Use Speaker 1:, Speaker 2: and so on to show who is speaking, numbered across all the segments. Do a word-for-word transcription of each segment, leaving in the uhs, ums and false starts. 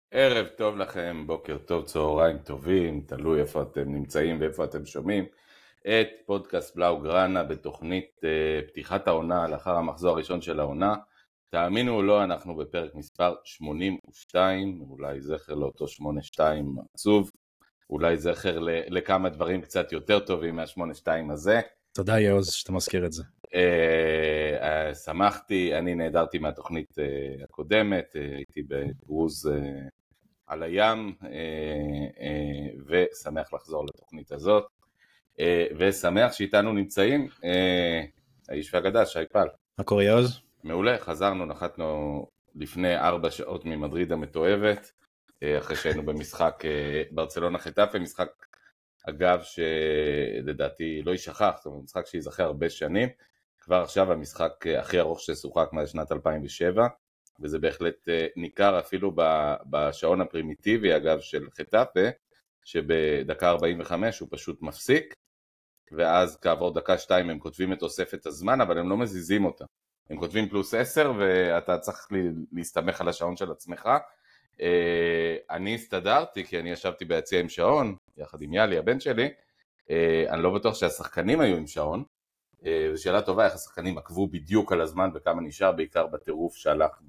Speaker 1: ערב טוב לכם, בוקר טוב, צהריים טובים, תלוי איפה אתם נמצאים ואיפה אתם שומעים את פודקאסט בלאו גרנה בתוכנית uh, פתיחת העונה לאחר המחזור הראשון של העונה. תאמינו או לא, אנחנו בפרק מספר שמונים ושתיים, אולי זכר לאותו שמונים ושתיים עצוב, אולי זכר לכמה דברים קצת יותר טובים מה-שמונים ושתיים הזה.
Speaker 2: תודה יעוז שאתה מזכיר את זה.
Speaker 1: Uh, uh, שמחתי, אני נהדרתי מהתוכנית uh, הקודמת, uh, הייתי בקרוז uh, על הים, uh, uh, ושמח לחזור לתוכנית הזאת, uh, ושמח שאיתנו נמצאים uh, האיש והגדה, שי פל.
Speaker 2: מה קורה יעוז?
Speaker 1: מעולה, חזרנו, נחתנו לפני ארבע שעות ממדריד המתועבת, uh, אחרי שהיינו במשחק uh, ברצלונה חטאפה, משחק אגב שלדעתי לא יישכח, זאת אומרת משחק שיזכר הרבה שנים, כבר עכשיו המשחק הכי ארוך ששוחק משנת אלפיים ושבע, וזה בהחלט ניכר אפילו בשעון הפרימיטיבי אגב של חטאפה, שבדקה ארבעים וחמש הוא פשוט מפסיק, ואז כעבור דקה שתיים הם כותבים את תוספת הזמן, אבל הם לא מזיזים אותה, הם כותבים פלוס עשר ואתה צריך להסתמך על השעון של עצמך. אני הסתדרתי כי אני ישבתי ביציע עם שעון, יחד עם יאלי הבן שלי, אני לא בטוח שהשחקנים היו עם שעון, זו שאלה טובה איך השחקנים עקבו בדיוק על הזמן וכמה נשאר, בעיקר בטירוף שהלך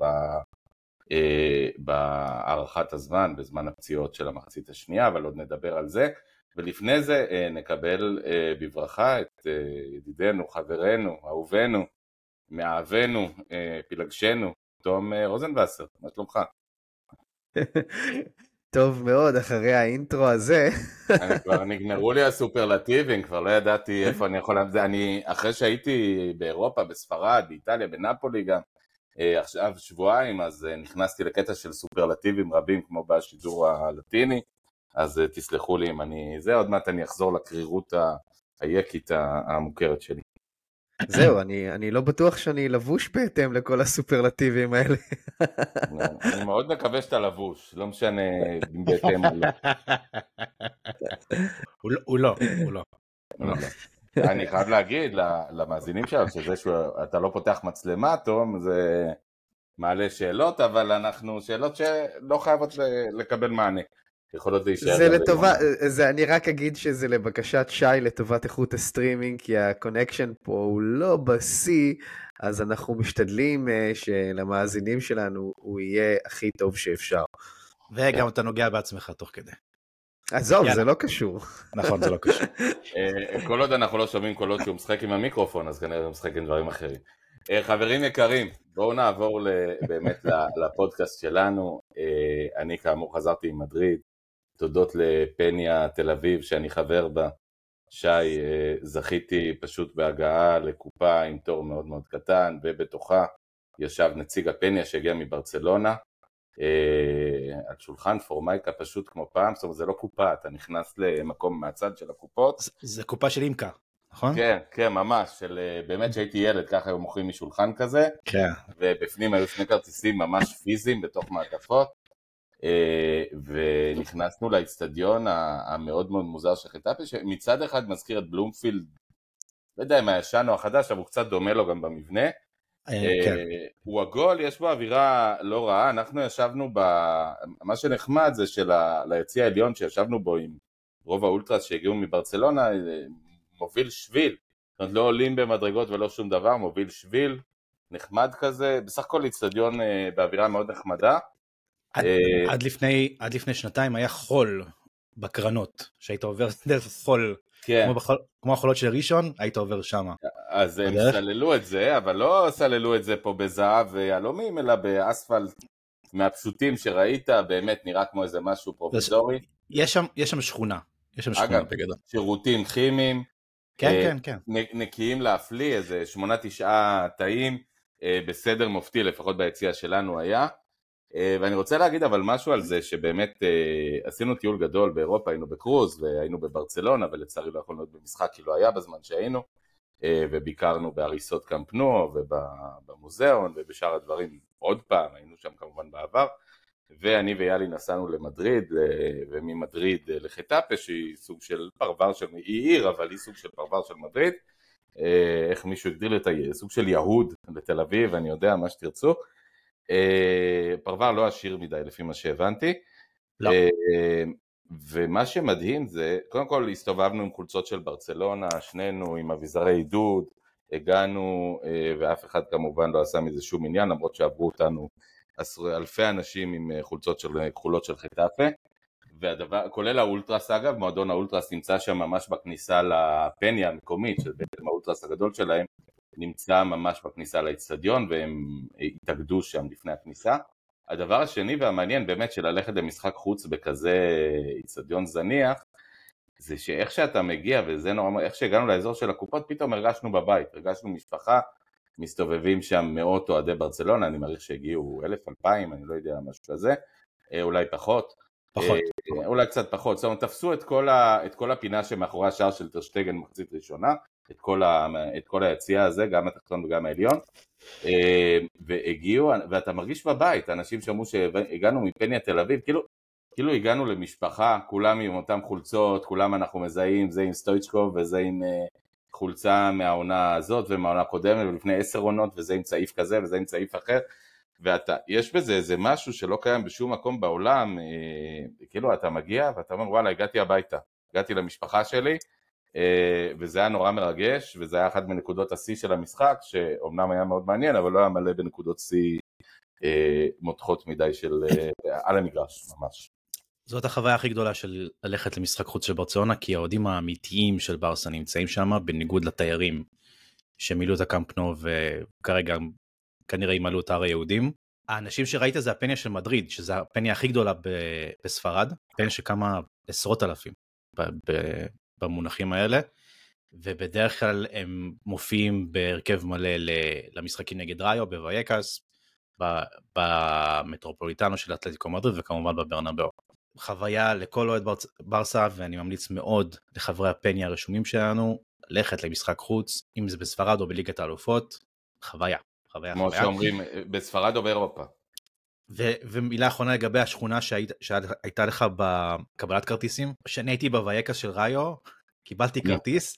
Speaker 1: בהערכת הזמן, בזמן הפציעות של המחצית השנייה, אבל עוד נדבר על זה, ולפני זה נקבל בברכה את ידידנו, חברנו, אהובנו, מאהבנו, פילגשנו, תום רוזנבסר, מה שלומך?
Speaker 3: טוב מאוד, אחרי האינטרו הזה.
Speaker 1: אני כבר נגמרו לי הסופרלטיבים, כבר לא ידעתי איפה אני יכול להביא, אני אחרי שהייתי באירופה, בספרד, באיטליה, בנפולי גם, עכשיו שבועיים, אז נכנסתי לקטע של סופרלטיבים רבים, כמו בשידור הלטיני, אז תסלחו לי אם אני, זה עוד מעט אני אחזור לקרירות היקית המוכרת שלי.
Speaker 3: זהו, אני, אני לא בטוח שאני לבוש בהתאם לכל הסופרלטיבים האלה.
Speaker 1: אני מאוד מקווה שאתה לבוש, לא משנה בהתאם או לא.
Speaker 2: הוא לא, הוא לא.
Speaker 1: אני חייב להגיד למאזינים שלנו, שזה שאתה לא פותח מצלמה, תום, זה מעלה שאלות, אבל אנחנו שאלות שלא חייבות לקבל מענה. יכולות להישאר.
Speaker 3: זה לטובה, זה, אני רק אגיד שזה לבקשת שי לטובת איכות הסטרימינג, כי הקונקשן פה הוא לא בסי, אז אנחנו משתדלים שלמאזינים שלנו הוא יהיה הכי טוב שאפשר.
Speaker 2: וגם אתה נוגע בעצמך תוך כדי.
Speaker 3: עזוב, זה לא קשור.
Speaker 2: נכון, זה לא קשור.
Speaker 1: כל עוד אנחנו לא שומעים קולות שהוא משחק עם המיקרופון, אז כנראה הוא משחק עם דברים אחרים. חברים יקרים, בואו נעבור באמת לפודקאסט שלנו. אני כאמור חזרתי עם מדריד, תודות לפניה תל אביב שאני חבר בה. שי, זכיתי פשוט בהגעה לקופה עם תור מאוד מאוד קטן, ובתוכה ישב נציג הפניה שהגיע מברצלונה, על שולחן פורמייקה פשוט כמו פעם, זאת אומרת זה לא קופה, אתה נכנס למקום מהצד של הקופות.
Speaker 2: זה קופה של אימקה, נכון?
Speaker 1: כן, כן, ממש, של באמת שהייתי ילד, ככה היו מוכרים משולחן כזה,
Speaker 2: כן.
Speaker 1: ובפנים היו שני כרטיסים ממש פיזיים בתוך מעטפות, ונכנסנו לאצטדיון המאוד מאוד מוזר של חטאפה, שמצד אחד מזכיר את בלומפילד, לא יודע אם הישן או החדש, אבל הוא קצת דומה לו גם במבנה. הוא עגול, יש בו אווירה לא רעה, אנחנו ישבנו, מה שנחמד זה שליציע העליון שישבנו בו עם רוב האולטרס שהגיעו מברצלונה, מוביל שביל, זאת אומרת לא עולים במדרגות ולא שום דבר, מוביל שביל, נחמד כזה, בסך הכל אצטדיון באווירה מאוד נחמדה.
Speaker 2: עד, עד לפני, עד לפני שנתיים היה חול בקרנות, שהיית עובר דרך חול, כן. כמו, בחול, כמו החולות של ראשון, היית עובר שם.
Speaker 1: אז הם סללו את זה, אבל לא סללו את זה פה בזהב ויהלומים, אלא באספלט מהפשוטים שראית, באמת נראה כמו איזה משהו פרוביזורי.
Speaker 2: יש שם, יש שם שכונה, יש שם שכונה
Speaker 1: אגב,
Speaker 2: בגדול.
Speaker 1: שירותים כימיים,
Speaker 2: כן, כן, כן.
Speaker 1: נקיים להפליא, איזה שמונה תשעה תאים, בסדר מופתי, לפחות ביציאה שלנו היה. ואני רוצה להגיד אבל משהו על זה, שבאמת עשינו טיול גדול באירופה, היינו בקרוז והיינו בברצלונה, ולצערי לא יכולנו להיות במשחק כי לא היה בזמן שהיינו, וביקרנו בהריסות קמפ נו ובמוזיאון ובשאר הדברים עוד פעם, היינו שם כמובן בעבר, ואני ויאלי נסענו למדריד, וממדריד לחטאפה, שהיא סוג של פרבר של, היא עיר, אבל היא סוג של פרבר של מדריד, איך מישהו הגדיר את סוג של יהוד בתל אביב, אני יודע מה שתרצו, פרבר לא עשיר מדי לפי מה שהבנתי.
Speaker 2: לא.
Speaker 1: ומה שמדהים זה, קודם כל הסתובבנו עם חולצות של ברצלונה, שנינו עם אביזרי עידוד, הגענו, ואף אחד כמובן לא עשה מזה שום עניין, למרות שעברו אותנו אלפי אנשים עם חולצות של כחולות של חטאפה, והדבר, כולל האולטרס אגב, מועדון האולטרס נמצא שם ממש בכניסה לפניה המקומית, שבעצם האולטרס הגדול שלהם נמצא ממש בכניסה לאצטדיון, והם התאגדו שם לפני הכניסה. הדבר השני והמעניין באמת של ללכת למשחק חוץ בכזה אצטדיון זניח, זה שאיך שאתה מגיע, וזה נורא, איך שהגענו לאזור של הקופות, פתאום הרגשנו בבית, הרגשנו משפחה, מסתובבים שם מאות אוהדי ברצלונה, אני מעריך שהגיעו אלף, אלפיים, אני לא יודע, משהו כזה, אולי פחות,
Speaker 2: פחות.
Speaker 1: אולי קצת פחות, זאת אומרת, תפסו את כל, ה, את כל הפינה שמאחורי השער של טרשטגן מחצית ראשונה, את כל, ה, את כל היציאה הזה, גם התחתון וגם העליון, והגיעו, ואתה מרגיש בבית, אנשים שאמרו שהגענו מפניה תל אביב, כאילו, כאילו הגענו למשפחה, כולם עם אותם חולצות, כולם אנחנו מזהים, זה עם סטויצ'קוב וזה עם חולצה מהעונה הזאת ומהעונה הקודמת ולפני עשר עונות, וזה עם צעיף כזה וזה עם צעיף אחר, ואתה, יש בזה איזה משהו שלא קיים בשום מקום בעולם, כאילו אתה מגיע ואתה אומר וואלה הגעתי הביתה, הגעתי למשפחה שלי, וזה היה נורא מרגש, וזה היה אחת מנקודות השיא של המשחק, שאומנם היה מאוד מעניין, אבל לא היה מלא בנקודות שיא מותחות מדי של על המגרש ממש.
Speaker 2: זאת החוויה הכי גדולה של ללכת למשחק חוץ של ברצלונה, כי האוהדים האמיתיים של ברסה נמצאים שם, בניגוד לתיירים שמילאו את הקאמפ נו, וכרגע כנראה ימלאו את הר היהודים. האנשים שראית זה הפניה של מדריד, שזה הפניה הכי גדולה בספרד, פניה שכמה עשרות אלפים במונחים האלה, ובדרך כלל הם מופיעים בהרכב מלא למשחקים נגד ראיו, בווייקס, במטרופוליטנו של אתלטיקו מדריד, וכמובן בברנבאו. חוויה לכל אוהד ברסה, ואני ממליץ מאוד לחברי הפניה הרשומים שלנו, ללכת למשחק חוץ, אם זה בספרד או בליגת האלופות, חוויה. חוויה,
Speaker 1: כמו
Speaker 2: חוויה.
Speaker 1: שאומרים, בספרד או באירופה.
Speaker 2: ו- ומילה אחרונה לגבי השכונה שהיית, שהייתה לך בקבלת כרטיסים, כשאני הייתי בווייקס של ראיו, קיבלתי כרטיס,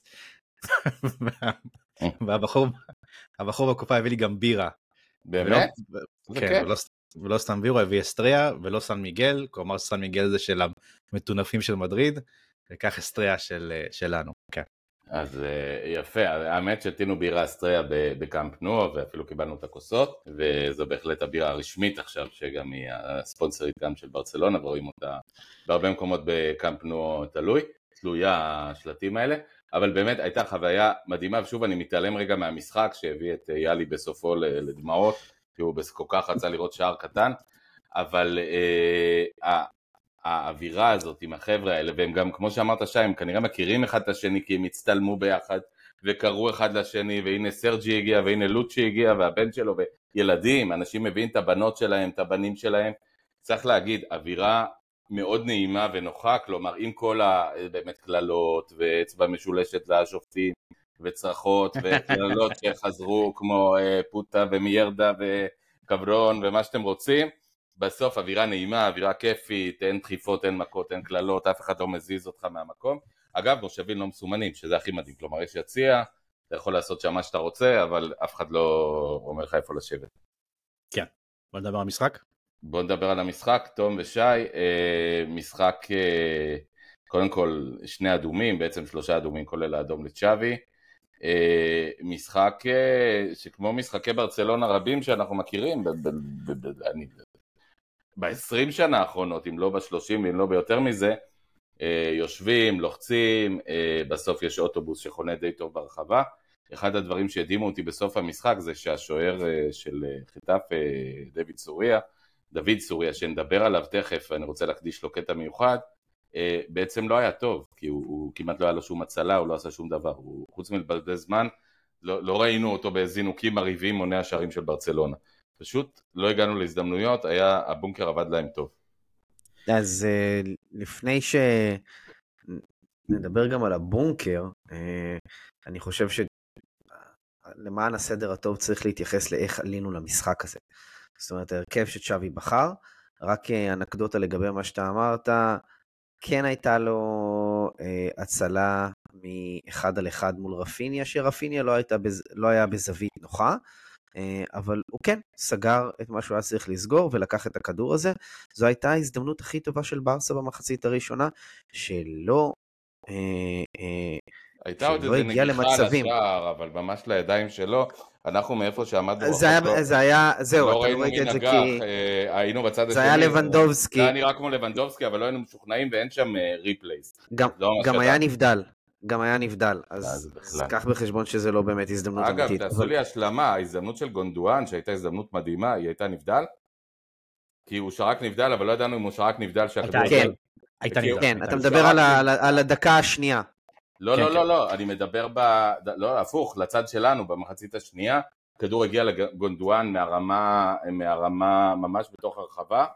Speaker 2: והבחור הבחור בקופה הביא לי גם בירה.
Speaker 1: באמת?
Speaker 2: ולא, כן, ולא, ולא סתם בירה, הביא אסטריה, ולא סן מיגל, כלומר סן מיגל זה של המטונפים של מדריד, וכך אסטריה של, שלנו, כן.
Speaker 1: אז יפה, האמת שתינו בירה אסטריה בקאמפ נו, ואפילו קיבלנו את הכוסות, וזו בהחלט הבירה הרשמית עכשיו, שגם היא הספונסרית גם של ברצלונה, ורואים אותה בהרבה מקומות בקאמפ נו תלוי, תלויה השלטים האלה, אבל באמת הייתה חוויה מדהימה, ושוב אני מתעלם רגע מהמשחק, שהביא את יאלי בסופו לדמעות, כי הוא כל כך רצה לראות שער קטן, אבל אה, האווירה הזאת עם החבר'ה האלה, והם גם, כמו שאמרת שי, הם כנראה מכירים אחד את השני, כי הם הצטלמו ביחד, וקראו אחד לשני, והנה סרג'י הגיע, והנה לוצ'י הגיע, והבן שלו, וילדים, אנשים מביאים את הבנות שלהם, את הבנים שלהם, צריך להגיד, אווירה מאוד נעימה ונוחה, כלומר, עם כל באמת כללות, ואצבע משולשת לשופטים, וצרחות, וכללות שחזרו, כמו פוטה ומיירדה, וקברון, ומה שאתם רוצים, בסוף אווירה נעימה, אווירה כיפית, אין דחיפות, אין מכות, אין כללות, אף אחד לא מזיז אותך מהמקום. אגב, מושבים לא מסומנים, שזה הכי מדהים, כלומר יש יציע, אתה יכול לעשות שם מה שאתה רוצה, אבל אף אחד לא אומר לך איפה לשבת.
Speaker 2: כן, בוא נדבר על המשחק?
Speaker 1: בוא נדבר על המשחק, תום ושי, משחק, קודם כל שני אדומים, בעצם שלושה אדומים כולל האדום לצ'אבי, משחק שכמו משחקי ברצלונה רבים שאנחנו מכירים, אני ב-עשרים שנה האחרונות, אם לא ב-שלושים, אם לא ביותר מזה, יושבים, לוחצים, בסוף יש אוטובוס שחונה די טוב ברחבה. אחד הדברים שהדהימו אותי בסוף המשחק זה שהשוער של חטאף, דוד סוריה, דוד סוריה, שנדבר עליו תכף, אני רוצה להקדיש לו קטע מיוחד, בעצם לא היה טוב, כי הוא, הוא כמעט לא היה לו שום הצלה, הוא לא עשה שום דבר, הוא, חוץ מלבזבז זמן, לא, לא ראינו אותו בזינוקים מרהיבים מוני השערים של ברצלונה. פשוט לא הגענו להזדמנויות, היה, הבונקר עבד להם טוב.
Speaker 3: אז לפני שנדבר גם על הבונקר, אני חושב שלמען הסדר הטוב צריך להתייחס לאיך עלינו למשחק הזה. זאת אומרת, הרכב שצ'אבי בחר, רק אנקדוטה לגבי מה שאתה אמרת, כן הייתה לו הצלה מאחד על אחד מול רפיניה, שרפיניה לא, הייתה, לא היה בזווית נוחה, אבל הוא כן סגר את מה שהוא היה צריך לסגור ולקח את הכדור הזה. זו הייתה ההזדמנות הכי טובה של ברסה במחצית הראשונה, שלא
Speaker 1: הייתה עוד איזה נגיחה על השער, אבל ממש לידיים שלו. אנחנו מאיפה שעמדנו
Speaker 3: רחוק, זה היה, זהו,
Speaker 1: לא ראינו מי נגח, היינו בצד השני.
Speaker 3: זה היה לבנדובסקי.
Speaker 1: זה היה נראה כמו לבנדובסקי, אבל לא היינו משוכנעים ואין שם ריפלייס.
Speaker 3: גם היה נבדל, גם היה נבדל, אז קח בחשבון שזה לא באמת הזדמנות אמיתית.
Speaker 1: אגב, תעשו לי השלמה, ההזדמנות של גונדואן, שהייתה הזדמנות מדהימה, היא הייתה נבדל? כי הוא שרק נבדל, אבל לא ידענו אם הוא שרק נבדל שהכדור...
Speaker 3: כן, כן, אתה מדבר על הדקה השנייה.
Speaker 1: לא, לא, לא, לא, אני מדבר ב... לא, הפוך, לצד שלנו, במחצית השנייה, כדור הגיע לגונדואן מהרמה, מהרמה ממש בתוך הרחבה,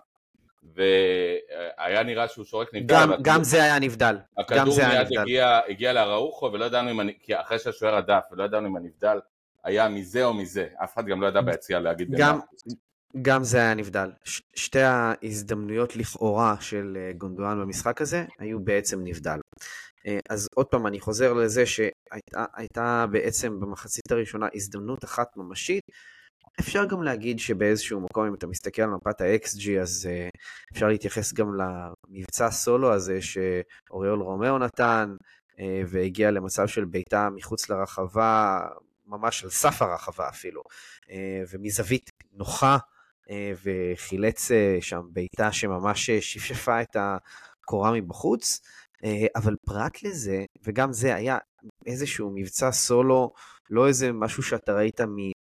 Speaker 1: והיה נראה שהוא שורק נבדל.
Speaker 3: גם, גם זה היה נבדל.
Speaker 1: הכדור מיד הגיע, הגיע לאראוחו, ולא ידענו אם אני... כי אחרי שהשוער הדף, ולא ידענו אם הנבדל היה מזה או מזה. אף אחד גם לא ידע ביציאה להגיד
Speaker 3: גם, גם זה היה נבדל. ש- שתי ההזדמנויות לכאורה של גונדואן במשחק הזה, היו בעצם נבדל. אז עוד פעם אני חוזר לזה שהייתה הייתה בעצם במחצית הראשונה הזדמנות אחת ממשית. אפשר גם להגיד שבאיזשהו מקום אם אתה מסתכל על מפת ה-אקס ג'י אז אפשר להתייחס גם למבצע סולו הזה שאוריול רומאו נתן והגיע למצב של ביתה מחוץ לרחבה, ממש על סף הרחבה אפילו, ומזווית נוחה, וחילץ שם ביתה שממש שפשפה את הקורה מבחוץ. אבל פרט לזה, וגם זה היה איזשהו מבצע סולו, לא איזה משהו שאתה ראית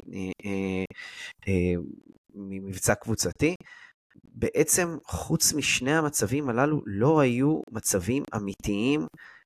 Speaker 3: ממבצע קבוצתי, בעצם חוץ משני המצבים הללו לא היו מצבים אמיתיים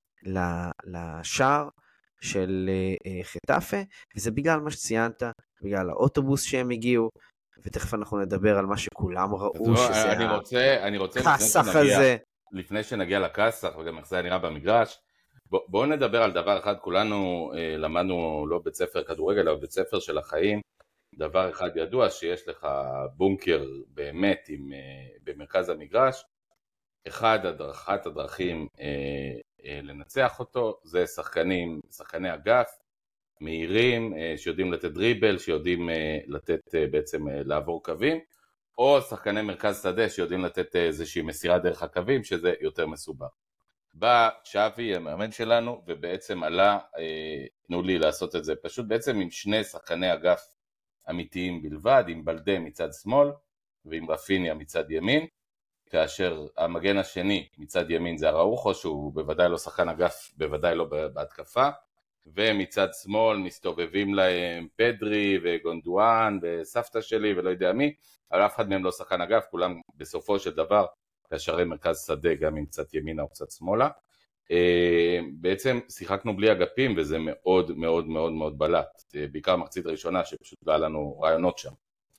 Speaker 3: לשער של חטאפה, וזה בגלל מה שציינת, בגלל האוטובוס שהם הגיעו, ותכף אנחנו נדבר על מה שכולם ראו, שזה הכסח הזה.
Speaker 1: לפני שנגיע לקסח וגם איך זה נראה במגרש, בואו בוא נדבר על דבר אחד. כולנו אה, למדנו לא בית ספר כדורגל, אבל בית ספר של החיים. דבר אחד ידוע, שיש לך בונקר באמת עם, אה, במרכז המגרש. אחד הדרכת הדרכים אה, אה, לנצח אותו, זה שחקנים, שחקני אגף, מהירים, אה, שיודעים לתת דריבל, שיודעים אה, לתת אה, בעצם אה, לעבור קווים, או שחקני מרכז שדה שיודעים לתת איזושהי מסירה דרך הקווים, שזה יותר מסובך. בא צ'אבי, המאמן שלנו, ובעצם עלה, אה, תנו לי לעשות את זה, פשוט בעצם עם שני שחקני אגף אמיתיים בלבד, עם בלדה מצד שמאל, ועם רפיניה מצד ימין, כאשר המגן השני מצד ימין זה אראוחו, שהוא בוודאי לא שחקן אגף, בוודאי לא בהתקפה, ומצד שמאל מסתובבים להם פדרי וגונדואן וסבתא שלי ולא יודע מי, אבל אף אחד מהם לא שחקן אגף, כולם בסופו של דבר קשרי מרכז שדה, גם עם קצת ימינה או קצת שמאלה. בעצם שיחקנו בלי אגפים, וזה מאוד מאוד מאוד מאוד בלט, בעיקר מחצית ראשונה שפשוט לא היה לנו רעיונות שם.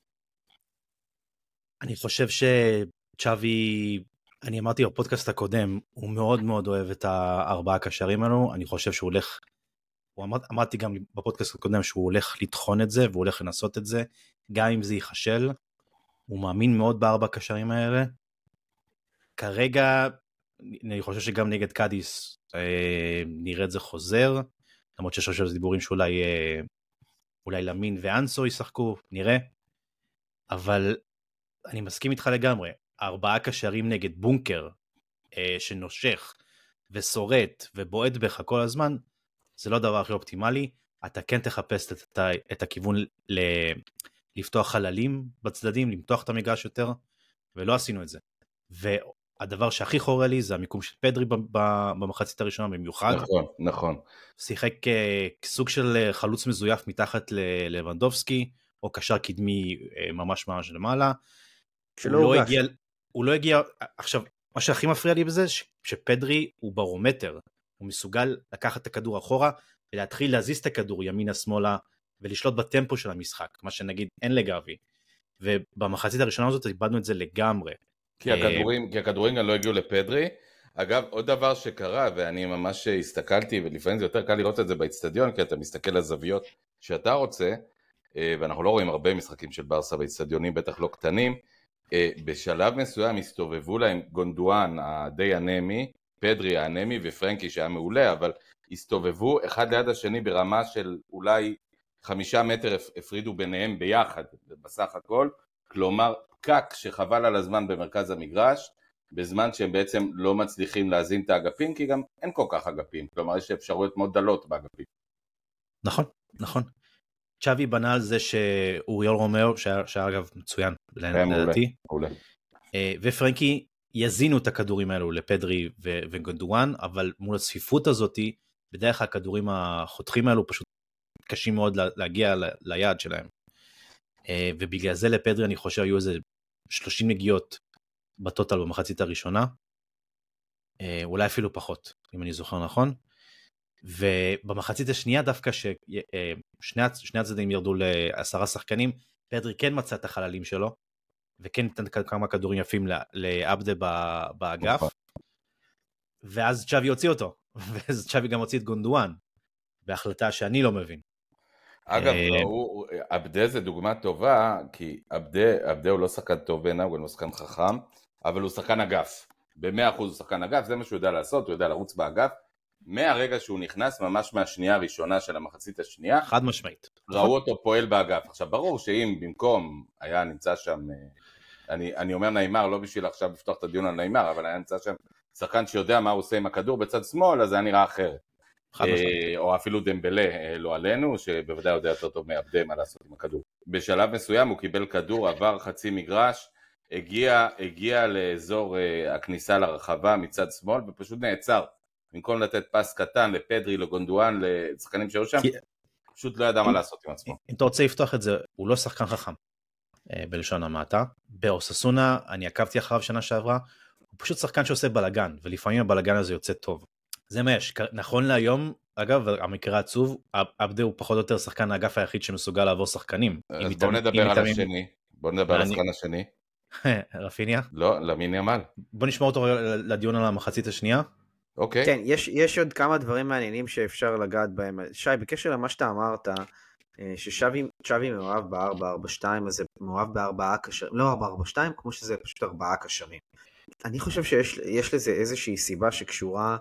Speaker 2: אני חושב שצ'אבי, אני אמרתי בפודקאסט הקודם, הוא מאוד מאוד אוהב את הארבעה קשרים האלו. אני חושב שהוא הולך, הוא אמר, אמרתי גם בפודקאסט הקודם שהוא הולך לתחון את זה, והוא הולך לנסות את זה, גם אם זה ייחשל. הוא מאמין מאוד בארבע קשרים האלה. כרגע, אני חושב שגם נגד קאדיס אה, נראה את זה חוזר, למרות שיש עכשיו דיבורים שאולי אה, אולי למין ואנסו ישחקו, נראה. אבל אני מסכים איתך לגמרי, ארבעה קשרים נגד בונקר אה, שנושך ושורט ובועט בך כל הזמן, זה לא הדבר הכי אופטימלי. אתה כן תחפש את, את הכיוון ל... לפתוח חללים בצדדים, למתוח את המגרש יותר, ולא עשינו את זה. והדבר שהכי חורה לי זה המיקום של פדרי במחצית הראשונה במיוחד.
Speaker 1: נכון, נכון.
Speaker 2: שיחק כסוג של חלוץ מזויף מתחת ללבנדובסקי, או קשר קדמי ממש ממש למעלה. הוא לא הגיע, הוא לא הגיע, עכשיו, מה שהכי מפריע לי בזה, שפדרי הוא ברומטר, הוא מסוגל לקחת את הכדור אחורה, ולהתחיל להזיז את הכדור ימינה שמאלה, ולשלוט בטמפו של המשחק, מה שנגיד אין לגבי, ובמחצית הראשונה הזאת איבדנו את זה לגמרי.
Speaker 1: כי הכדורים, כי הכדורים גם לא הגיעו לפדרי. אגב, עוד דבר שקרה, ואני ממש הסתכלתי, ולפעמים זה יותר קל לראות את זה באצטדיון, כי אתה מסתכל על הזוויות שאתה רוצה, ואנחנו לא רואים הרבה משחקים של ברסה באצטדיונים, בטח לא קטנים. בשלב מסוים הסתובבו להם גונדואן הדי אנמי, פדרי האנמי ופרנקי שהיה מעולה, אבל הסתובבו אחד ליד השני ברמה של אולי חמישה מטר הפרידו ביניהם ביחד, בסך הכל, כלומר, פקק שחבל על הזמן במרכז המגרש, בזמן שהם בעצם לא מצליחים להזין את האגפים, כי גם אין כל כך אגפים, כלומר יש אפשרויות מאוד דלות באגפים.
Speaker 2: נכון, נכון. צ'אבי בנה על זה שאוריול רומאו, שהיה אגב מצוין, לדעתי, ופרנקי יזינו את הכדורים האלו לפדרי וגונדואן, אבל מול הצפיפות הזאת, בדרך כלל הכדורים החותכים האלו פשוט קשים מאוד להגיע ליעד שלהם. ובגלל זה לפדרי אני חושב היו איזה שלושים נגיעות בטוטל במחצית הראשונה, אולי אפילו פחות, אם אני זוכר נכון. ובמחצית השנייה דווקא ששני הצדדים ירדו לעשרה שחקנים, פדרי כן מצא את החללים שלו, וכן נתן כמה כדורים יפים לאבדה באגף, ואז צ'אבי הוציא אותו, ואז צ'אבי גם הוציא את גונדואן, בהחלטה שאני לא מבין.
Speaker 1: אגב, אבדה זה דוגמה טובה, כי אבדה הוא לא שחקן טוב בעיניו, הוא לא שחקן חכם, אבל הוא שחקן אגף. ב-מאה אחוז הוא שחקן אגף, זה מה שהוא יודע לעשות, הוא יודע לרוץ באגף, מהרגע שהוא נכנס, ממש מהשנייה הראשונה של המחצית השנייה,
Speaker 2: חד משמעית.
Speaker 1: ראו אותו פועל באגף. עכשיו, ברור שאם במקום היה נמצא שם, אני, אני אומר ניימר, לא בשביל עכשיו לפתוח את הדיון על ניימר, אבל היה נמצא שם שחקן שיודע מה הוא עושה עם הכדור בצד שמאל, אז זה היה נראה אחרת. או אפילו דמבלה, לא עלינו, שבוודאי יודע יותר טוב מאבדה מה לעשות עם הכדור. בשלב מסוים הוא קיבל כדור, עבר חצי מגרש, הגיע, הגיע לאזור הכניסה לרחבה מצד שמאל, ופשוט נעצר. במקום לתת פס קטן לפדרי, לגונדואן, לשחקנים שהיו שם, פשוט לא ידע מה לעשות עם עצמו.
Speaker 2: אם אתה רוצה לפתוח את זה, הוא לא שחקן חכם, בלשון המעטה. באוססונה, אני עקבתי אחריו שנה שעברה, הוא פשוט שחקן שעושה בלגן, ולפעמים הבלגן הזה יוצא טוב. זה מה יש. נכון להיום, אגב, המקרה עצוב, אבדה הוא פחות או יותר שחקן האגף היחיד שמסוגל לעבור שחקנים.
Speaker 1: אז בוא נדבר על השני. בוא נדבר על השחקן השני.
Speaker 2: רפיניה?
Speaker 1: לא, למין ימל.
Speaker 2: בוא נשמע אותו לדיון על המחצית השנייה.
Speaker 1: אוקיי.
Speaker 3: כן, יש, יש עוד כמה דברים מעניינים שאפשר לגעת בהם. שי, בקשר למה שאתה אמרת, שצ'אבי מאוהב ב-ארבע ארבע שתיים, אז זה מאוהב בארבעה קשרים, לא ארבע ארבע שתיים, כמו שזה פשוט ארבעה קשרים. אני חושב שיש לזה איזושהי סיבה שקשורה,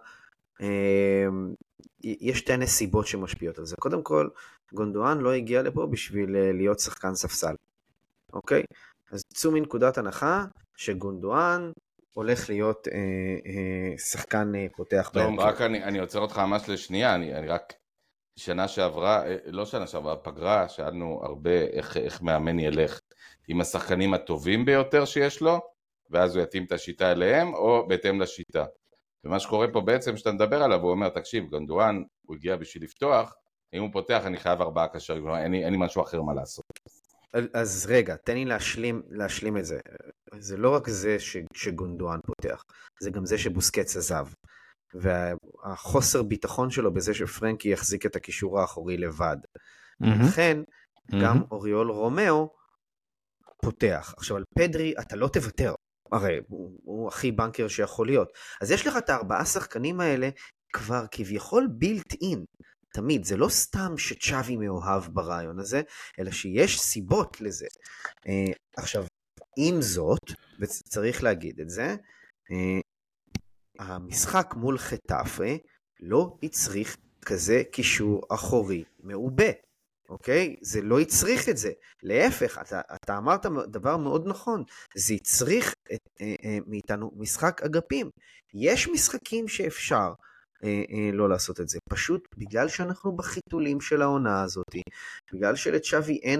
Speaker 3: יש שתי נסיבות שמשפיעות על זה. קודם כל, גונדואן לא הגיע לפה בשביל להיות שחקן ספסל. אוקיי? אז צאו מנקודת הנחה שגונדואן הולך להיות אה, אה, שחקן אה, פותח.
Speaker 1: טוב, רק אני, אני עוצר אותך ממש לשנייה, אני, אני רק שנה שעברה, לא שנה שעברה, פגרה, שאלנו הרבה איך, איך מאמן ילך עם השחקנים הטובים ביותר שיש לו, ואז הוא יתאים את השיטה אליהם, או בהתאם לשיטה. ומה שקורה פה בעצם, שאתה מדבר עליו, הוא אומר, תקשיב, גונדואן, הוא הגיע בשביל לפתוח, אם הוא פותח, אני חייב ארבעה קשרים, אין, אין לי משהו אחר מה לעשות.
Speaker 3: אז רגע, תן לי להשלים, להשלים את זה. זה לא רק זה ש, שגונדואן פותח, זה גם זה שבוסקץ עזב. והחוסר ביטחון שלו בזה שפרנקי יחזיק את הקישור האחורי לבד. Mm-hmm. לכן, mm-hmm. גם אוריול רומאו פותח. עכשיו, על פדרי אתה לא תוותר. הרי הוא, הוא הכי בנקר שיכול להיות. אז יש לך את הארבעה שחקנים האלה כבר כביכול בילט אין. תמיד, זה לא סתם שצ'אבי מאוהב ברעיון הזה, אלא שיש סיבות לזה. Uh, עכשיו, עם זאת, וצריך להגיד את זה, uh, המשחק מול חטאפה לא יצריך כזה קישור אחורי מעובה. אוקיי? זה לא יצריך את זה. להפך, אתה, אתה אמרת דבר מאוד נכון, זה יצריך את, אה, אה, מאיתנו משחק אגפים. יש משחקים שאפשר אה, אה, לא לעשות את זה. פשוט בגלל שאנחנו בחיתולים של העונה הזאת, בגלל שלצ'אבי אין,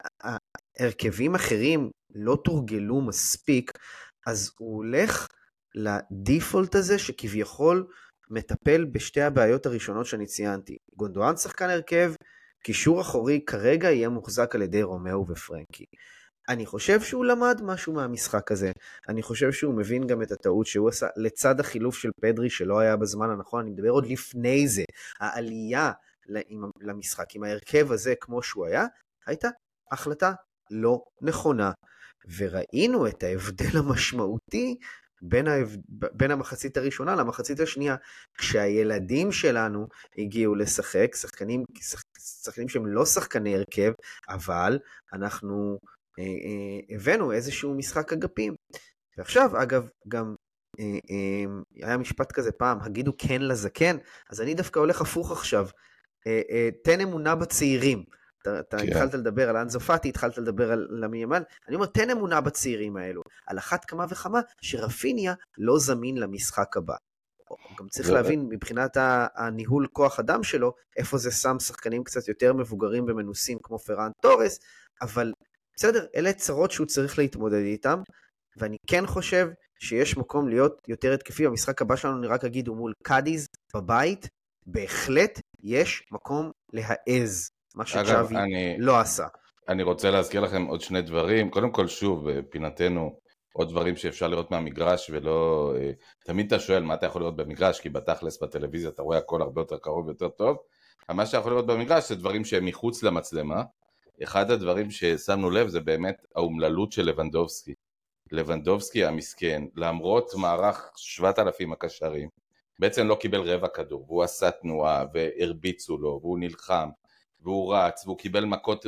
Speaker 3: הרכבים אחרים לא תורגלו מספיק, אז הוא הולך לדיפולט הזה שכביכול מטפל בשתי הבעיות הראשונות שאני ציינתי. גונדואן שחקן הרכב, קישור אחורי כרגע יהיה מוחזק על ידי רומאו ופרנקי. אני חושב שהוא למד משהו מהמשחק הזה. אני חושב שהוא מבין גם את הטעות שהוא עשה לצד החילוף של פדרי שלא היה בזמן הנכון. אני מדבר עוד לפני זה. העלייה למשחק עם ההרכב הזה כמו שהוא היה, הייתה החלטה לא נכונה. וראינו את ההבדל המשמעותי בין, ההב... בין המחצית הראשונה למחצית השנייה, כשהילדים שלנו הגיעו לשחק, שחקנים, שחקנים שהם לא שחקני הרכב, אבל אנחנו אה, אה, הבאנו איזשהו משחק אגפים. ועכשיו, אגב, גם אה, אה, היה משפט כזה פעם, הגידו כן לזקן, אז אני דווקא הולך הפוך עכשיו, אה, אה, תן אמונה בצעירים. אתה, אתה
Speaker 1: כן.
Speaker 3: התחלת לדבר על אנזו פאטי, התחלת לדבר על למין ימל, אני אומר, תן אמונה בצעירים האלו, על אחת כמה וכמה, שרפיניה לא זמין למשחק הבא. גם צריך
Speaker 1: זה...
Speaker 3: להבין מבחינת הניהול כוח אדם שלו, איפה זה שם שחקנים קצת יותר מבוגרים ומנוסים כמו פרן טורס, אבל בסדר, אלה צרות שהוא צריך להתמודד איתם, ואני כן חושב שיש מקום להיות יותר התקפי. במשחק הבא שלנו אני רק אגיד, הוא מול קאדיז בבית, בהחלט יש מקום להעז, מה שצ'אבי
Speaker 1: אני...
Speaker 3: לא עשה.
Speaker 1: אני רוצה להזכיר לכם עוד שני דברים. קודם כל, שוב, פינתנו, עוד דברים שאפשר לראות מהמגרש, ולא... תמיד אתה שואל מה אתה יכול לראות במגרש, כי בתכלס בטלוויזיה אתה רואה הכל הרבה יותר קרוב ויותר טוב. מה שאתה יכול לראות במגרש זה דברים שהם מחוץ למצלמה. אחד הדברים ששמנו לב זה באמת האומללות של לבנדובסקי. לבנדובסקי המסכן, למרות מערך שבעת אלפים הקשרים, בעצם לא קיבל רבע כדור, והוא עשה תנועה, והרביצו לו, והוא נלחם, והוא רץ, והוא קיבל מכות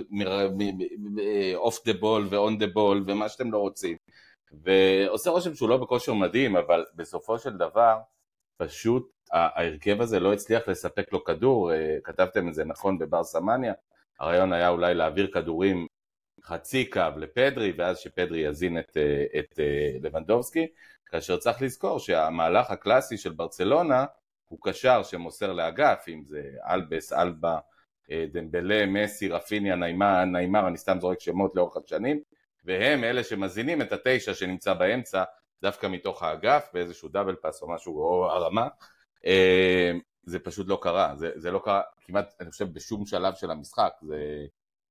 Speaker 1: אוף דה בול ואון דה בול, ומה שאתם לא רוצים. ועושה רושם שהוא לא בכושר מדהים, אבל בסופו של דבר, פשוט ההרכב הזה לא הצליח לספק לו כדור. כתבתם את זה נכון בברסמניה, הרעיון היה אולי להעביר כדורים חצי קו לפדרי, ואז שפדרי יזין את, את לבנדובסקי, כאשר צריך לזכור שהמהלך הקלאסי של ברצלונה הוא קשר שמוסר לאגף, אם זה אלבס, אלבה, דמבלה, מסי, רפיניה, ניימר, ניימר, אני סתם זורק שמות לאורך השנים, והם אלה שמזינים את התשע שנמצא באמצע, דווקא מתוך האגף, באיזשהו דאבל פאס או משהו, או הרמה. זה פשוט לא קרה, זה, זה לא קרה כמעט, אני חושב, בשום שלב של המשחק. זה,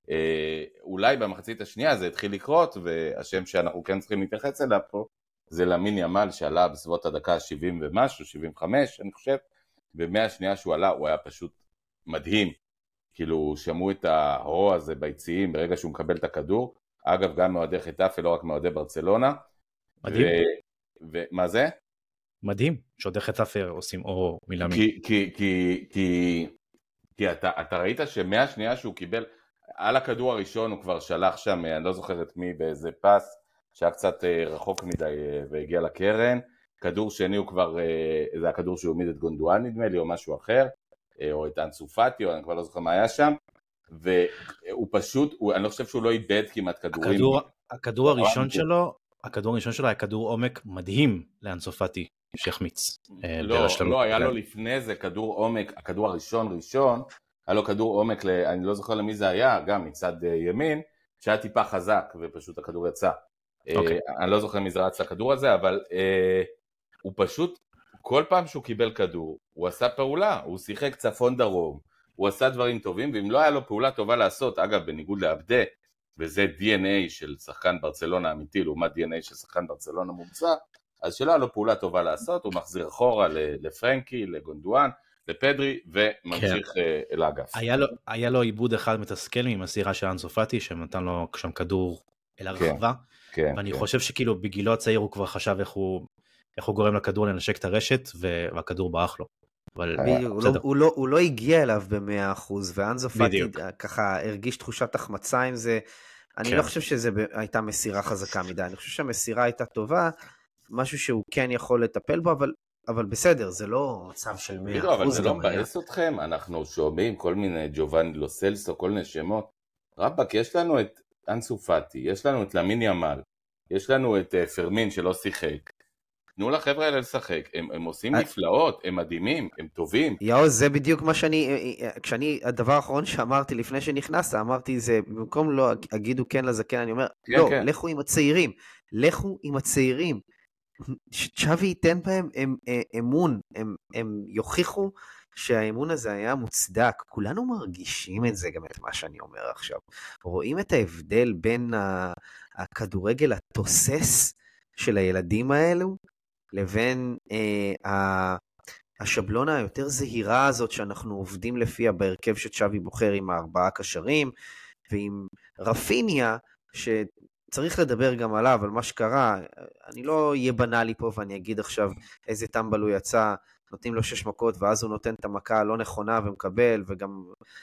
Speaker 1: אולי במחצית השנייה זה התחיל לקרות, והשם שאנחנו כן צריכים להתייחס אליו פה, זה למין ימל שעלה בסביבות הדקה שבעים ומשהו, שבעים וחמש אני חושב, ומהשנייה שהוא עלה הוא היה פשוט מדהים. כאילו שמעו את ההרו הזה ביציעים ברגע שהוא מקבל את הכדור, אגב גם מאוהדי חטאפה, לא רק מאוהדי ברצלונה.
Speaker 2: מדהים.
Speaker 1: ומה זה?
Speaker 2: מדהים, שאוהדי חטאפה עושים אור מלמין.
Speaker 1: כי, כי, כי, כי, כי אתה, אתה ראית שמהשנייה שהוא קיבל, על הכדור הראשון הוא כבר שלח שם, אני לא זוכר את מי, באיזה פס, שהיה קצת רחוק מדי והגיע לקרן, כדור שני הוא כבר, זה הכדור שהוא עמיד את גונדואן נדמה לי, או משהו אחר, או את אנסו פאטי, או אני כבר לא זוכר מה היה שם, והוא פשוט, הוא, אני לא חושב שהוא לא איבד כמעט כדורים.
Speaker 2: הכדור, הכדור הראשון שלו, הכדור הראשון שלו היה כדור עומק מדהים לאנסו פאטי, שהחמיץ.
Speaker 1: לא, לא, היה לו לפני זה כדור עומק, הכדור הראשון ראשון, היה לו כדור עומק, אני לא זוכר למי זה היה, גם מצד ימין, שהיה טיפה חזק, ופשוט הכדור יצא. אני לא זוכר מי זה רץ לכדור הזה, אבל הוא פשוט, כל פעם שהוא קיבל כדור, הוא עשה פעולה, הוא שיחק צפון דרום, הוא עשה דברים טובים, ואם לא היה לו פעולה טובה לעשות, אגב, בניגוד לעבדה, וזה די אן איי של שחקן ברצלונה אמיתי, לעומת די אן איי של שחקן ברצלונה מומצא, אז שלא היה לו פעולה טובה לעשות, הוא מחזיר אחורה לפרנקי, לגונדואן, לפדרי, וממשיך כן. אל האגף.
Speaker 2: היה לו, היה לו עיבוד אחד מתסכל עם הסירה של אנסו פאטי, שנתן לו שם כדור אל הרחבה, כן, כן, ואני כן. חושב שכאילו בגילו הצעיר הוא כבר חשב איך הוא, איך הוא גורם לכדור לנשק את הרשת, והכדור ברח לו. אבל
Speaker 3: הוא, לא, הוא, לא, הוא לא הגיע אליו ב-מאה אחוז, ואנסו פאטי ככה הרגיש תחושת החמצה עם זה. אני כן. לא חושב שזה הייתה מסירה חזקה מדי, אני חושב שהמסירה הייתה טובה, משהו שהוא כן יכול לטפל בו, אבל, אבל בסדר, זה לא מצב של מאה אחוז.
Speaker 1: אבל זה לא מבאס אתכם, אנחנו שומעים כל מיני ג'ובאני לו סלסו, כל מיני שמות. רבק, יש לנו את אנסו פאטי, יש לנו את למין ימל, יש לנו את פרמין שלא שיחק. תנו לחבר'ה האלה לשחק, הם, הם עושים נפלאות, הם מדהימים, הם טובים.
Speaker 3: יאו, זה בדיוק מה שאני, כשאני, הדבר האחרון שאמרתי לפני שנכנסת, אמרתי זה, במקום לא אגידו כן לזקן, אני אומר, כן, לא, כן. לכו עם הצעירים, לכו עם הצעירים. צ'אבי ייתן בהם הם, הם, אמון, הם, הם יוכיחו שהאמון הזה היה מוצדק. כולנו מרגישים את זה, גם את מה שאני אומר עכשיו. רואים את ההבדל בין הכדורגל התוסס של הילדים האלו, לבין אה, השבלונה היותר זהירה הזאת שאנחנו עובדים לפיה בהרכב שצ'אבי בוחר עם הארבעה קשרים, ועם רפיניה, שצריך לדבר גם עליו, על מה שקרה. אני לא אהיה בנאלי פה ואני אגיד עכשיו איזה טמבל הוא יצא, נותנים לו שש מכות ואז הוא נותן את המכה הלא נכונה ומקבל, וגם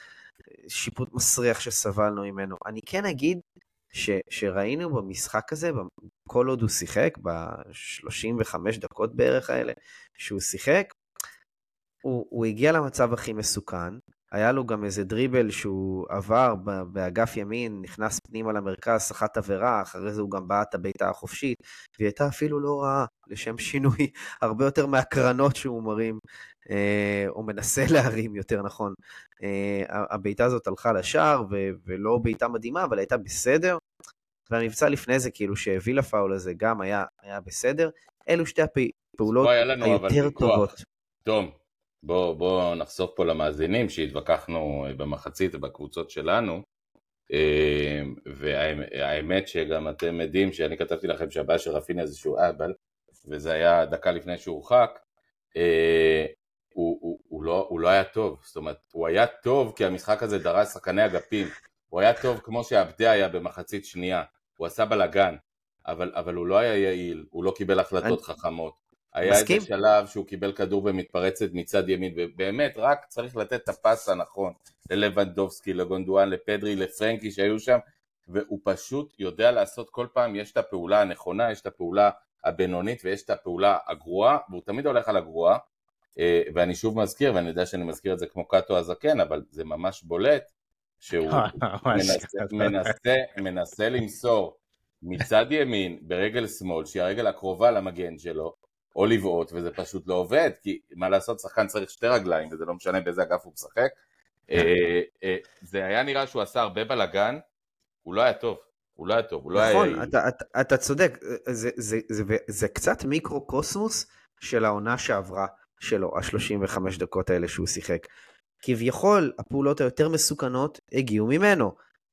Speaker 3: שיפוט מסריח שסבלנו ממנו. אני כן אגיד ש, שראינו במשחק הזה, כל עוד הוא שיחק, ב-שלושים וחמש דקות בערך האלה, שהוא שיחק, הוא, הוא הגיע למצב הכי מסוכן, היה לו גם איזה דריבל שהוא עבר באגף ימין, נכנס פנימה למרכז, סחט עבירה, אחרי זה הוא גם בעט הביתה החופשית, והיא הייתה אפילו לא רעה, לשם שינוי, הרבה יותר מהקרנות שהוא מרים, או מנסה להרים יותר נכון. הביתה הזאת הלכה לשער, ולא ביתה מדהימה, אבל הייתה בסדר, והמבצע לפני זה, כאילו שהביא לפאול הזה, גם היה, היה בסדר. אלו שתי הפעולות היותר טובות.
Speaker 1: תום, בוא, בוא נחשוף פה למאזינים שהתווכחנו במחצית בקבוצות שלנו, והאמת שגם אתם יודעים שאני כתבתי לכם שהבא של רפיניה איזשהו אבל, וזה היה דקה לפני שהוא הורחק, הוא, הוא, הוא, לא, הוא לא היה טוב, זאת אומרת, הוא היה טוב כי המשחק הזה דרס שחקני אגפים, הוא היה טוב כמו שהעבדה היה במחצית שנייה, הוא עשה בלגן, אבל, אבל הוא לא היה יעיל, הוא לא קיבל החלטות אני... חכמות, היה מסכים? איזה שלב שהוא קיבל כדור במתפרצת מצד ימין, ובאמת רק צריך לתת את הפס הנכון, ללבנדובסקי, לגונדואן, לפדרי, לפרנקי שהיו שם, והוא פשוט יודע לעשות כל פעם, יש את הפעולה הנכונה, יש את הפעולה הבינונית, ויש את הפעולה הגרועה, והוא תמיד הולך על הגרועה, ואני שוב מזכיר, ואני יודע שאני מזכיר את זה כמו קאטו הזקן, אבל זה ממש בולט, שהוא מנסה, מנסה, מנסה למסור מצד ימין ברגל שמאל, שהיא הרגל הקרובה למגן שלו, או לבעוט, וזה פשוט לא עובד, כי מה לעשות, שחקן צריך שתי רגליים, וזה לא משנה באיזה אגף הוא משחק. זה היה נראה שהוא עשה הרבה בלגן, הוא לא היה טוב, הוא לא היה טוב, הוא לא היה...
Speaker 3: נכון, אתה צודק, זה קצת מיקרו-קוסמוס של העונה שעברה שלו, ה-שלושים וחמש דקות האלה שהוא שיחק. כביכול, הפעולות היותר מסוכנות הגיעו ממנו.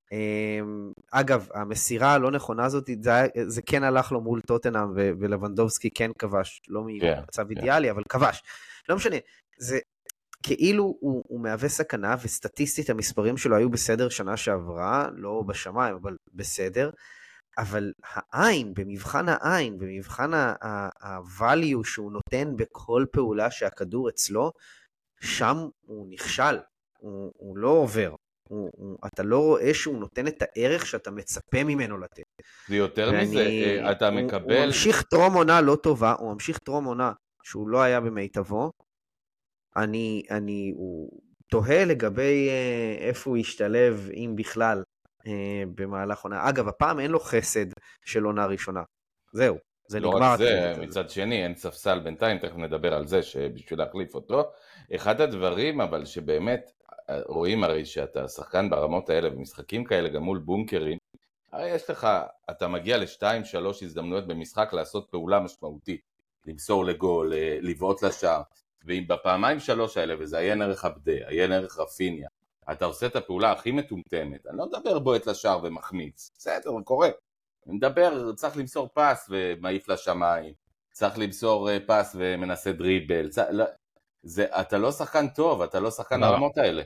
Speaker 3: אגב, המסירה הלא נכונה הזאת, זה, זה כן הלך לו מול טוטנהאם, ולבנדובסקי כן כבש, לא ממצב yeah, אידיאלי, yeah. אבל כבש. לא משנה, זה כאילו הוא, הוא מהווה סכנה, וסטטיסטית המספרים שלו היו בסדר שנה שעברה, לא בשמיים, אבל בסדר, אבל העין, במבחן העין, במבחן ה-value שהוא נותן בכל פעולה שהכדור אצלו, שם הוא נכשל, הוא, הוא לא עובר. הוא, הוא, אתה לא רואה שהוא נותן את הערך שאתה מצפה ממנו לתת.
Speaker 1: זה יותר ואני, מזה, אתה הוא, מקבל...
Speaker 3: הוא ממשיך טרום עונה לא טובה, הוא ממשיך טרום עונה שהוא לא היה במיטבו, אני, אני, הוא תוהה לגבי איפה הוא ישתלב, אם בכלל, במהלך עונה. אגב, הפעם אין לו חסד של עונה ראשונה. זהו, זה
Speaker 1: לא
Speaker 3: נגמר.
Speaker 1: לא רק זה, מצד שני, אין ספסל בינתיים, תכף נדבר על זה, שבשביל להחליף אותו. אחד הדברים, אבל שבאמת, רואים הרי שאתה שחקן ברמות האלה, במשחקים כאלה, גם מול בונקרים, הרי יש לך, אתה מגיע לשתיים, שלוש הזדמנויות במשחק לעשות פעולה משמעותית, למסור לגול, לבעוט לשער, ואם בפעמיים שלוש האלה, וזה עיין ערך עבדה, עיין ערך רפיניה, אתה עושה את הפעולה הכי מטומטמת, אני לא מדבר בועט לשער ומחמיץ, בסדר, קורה, אני מדבר, צריך למסור פס ומעיף לשמיים, צריך למסור פס ומנסה דריבל, צריך, זה, אתה לא שחקן טוב, אתה לא שחקן הרמות האלה.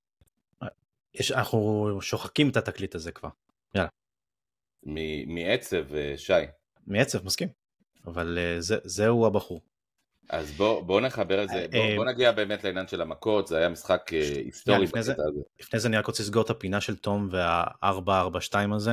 Speaker 2: יש, אנחנו שוחקים את התקליט הזה כבר, יאללה.
Speaker 1: מעצב, שי.
Speaker 2: מעצב, מסכים, אבל זה, זהו הבחור.
Speaker 1: אז בוא, בוא נחבר את זה, בוא, בוא נגיע באמת לעניין של המכות, זה היה משחק היסטורי.
Speaker 2: לפני זה, לפני זה אני רק רוצה לסגור את הפינה של תום וה-ארבע ארבע שתיים הזה.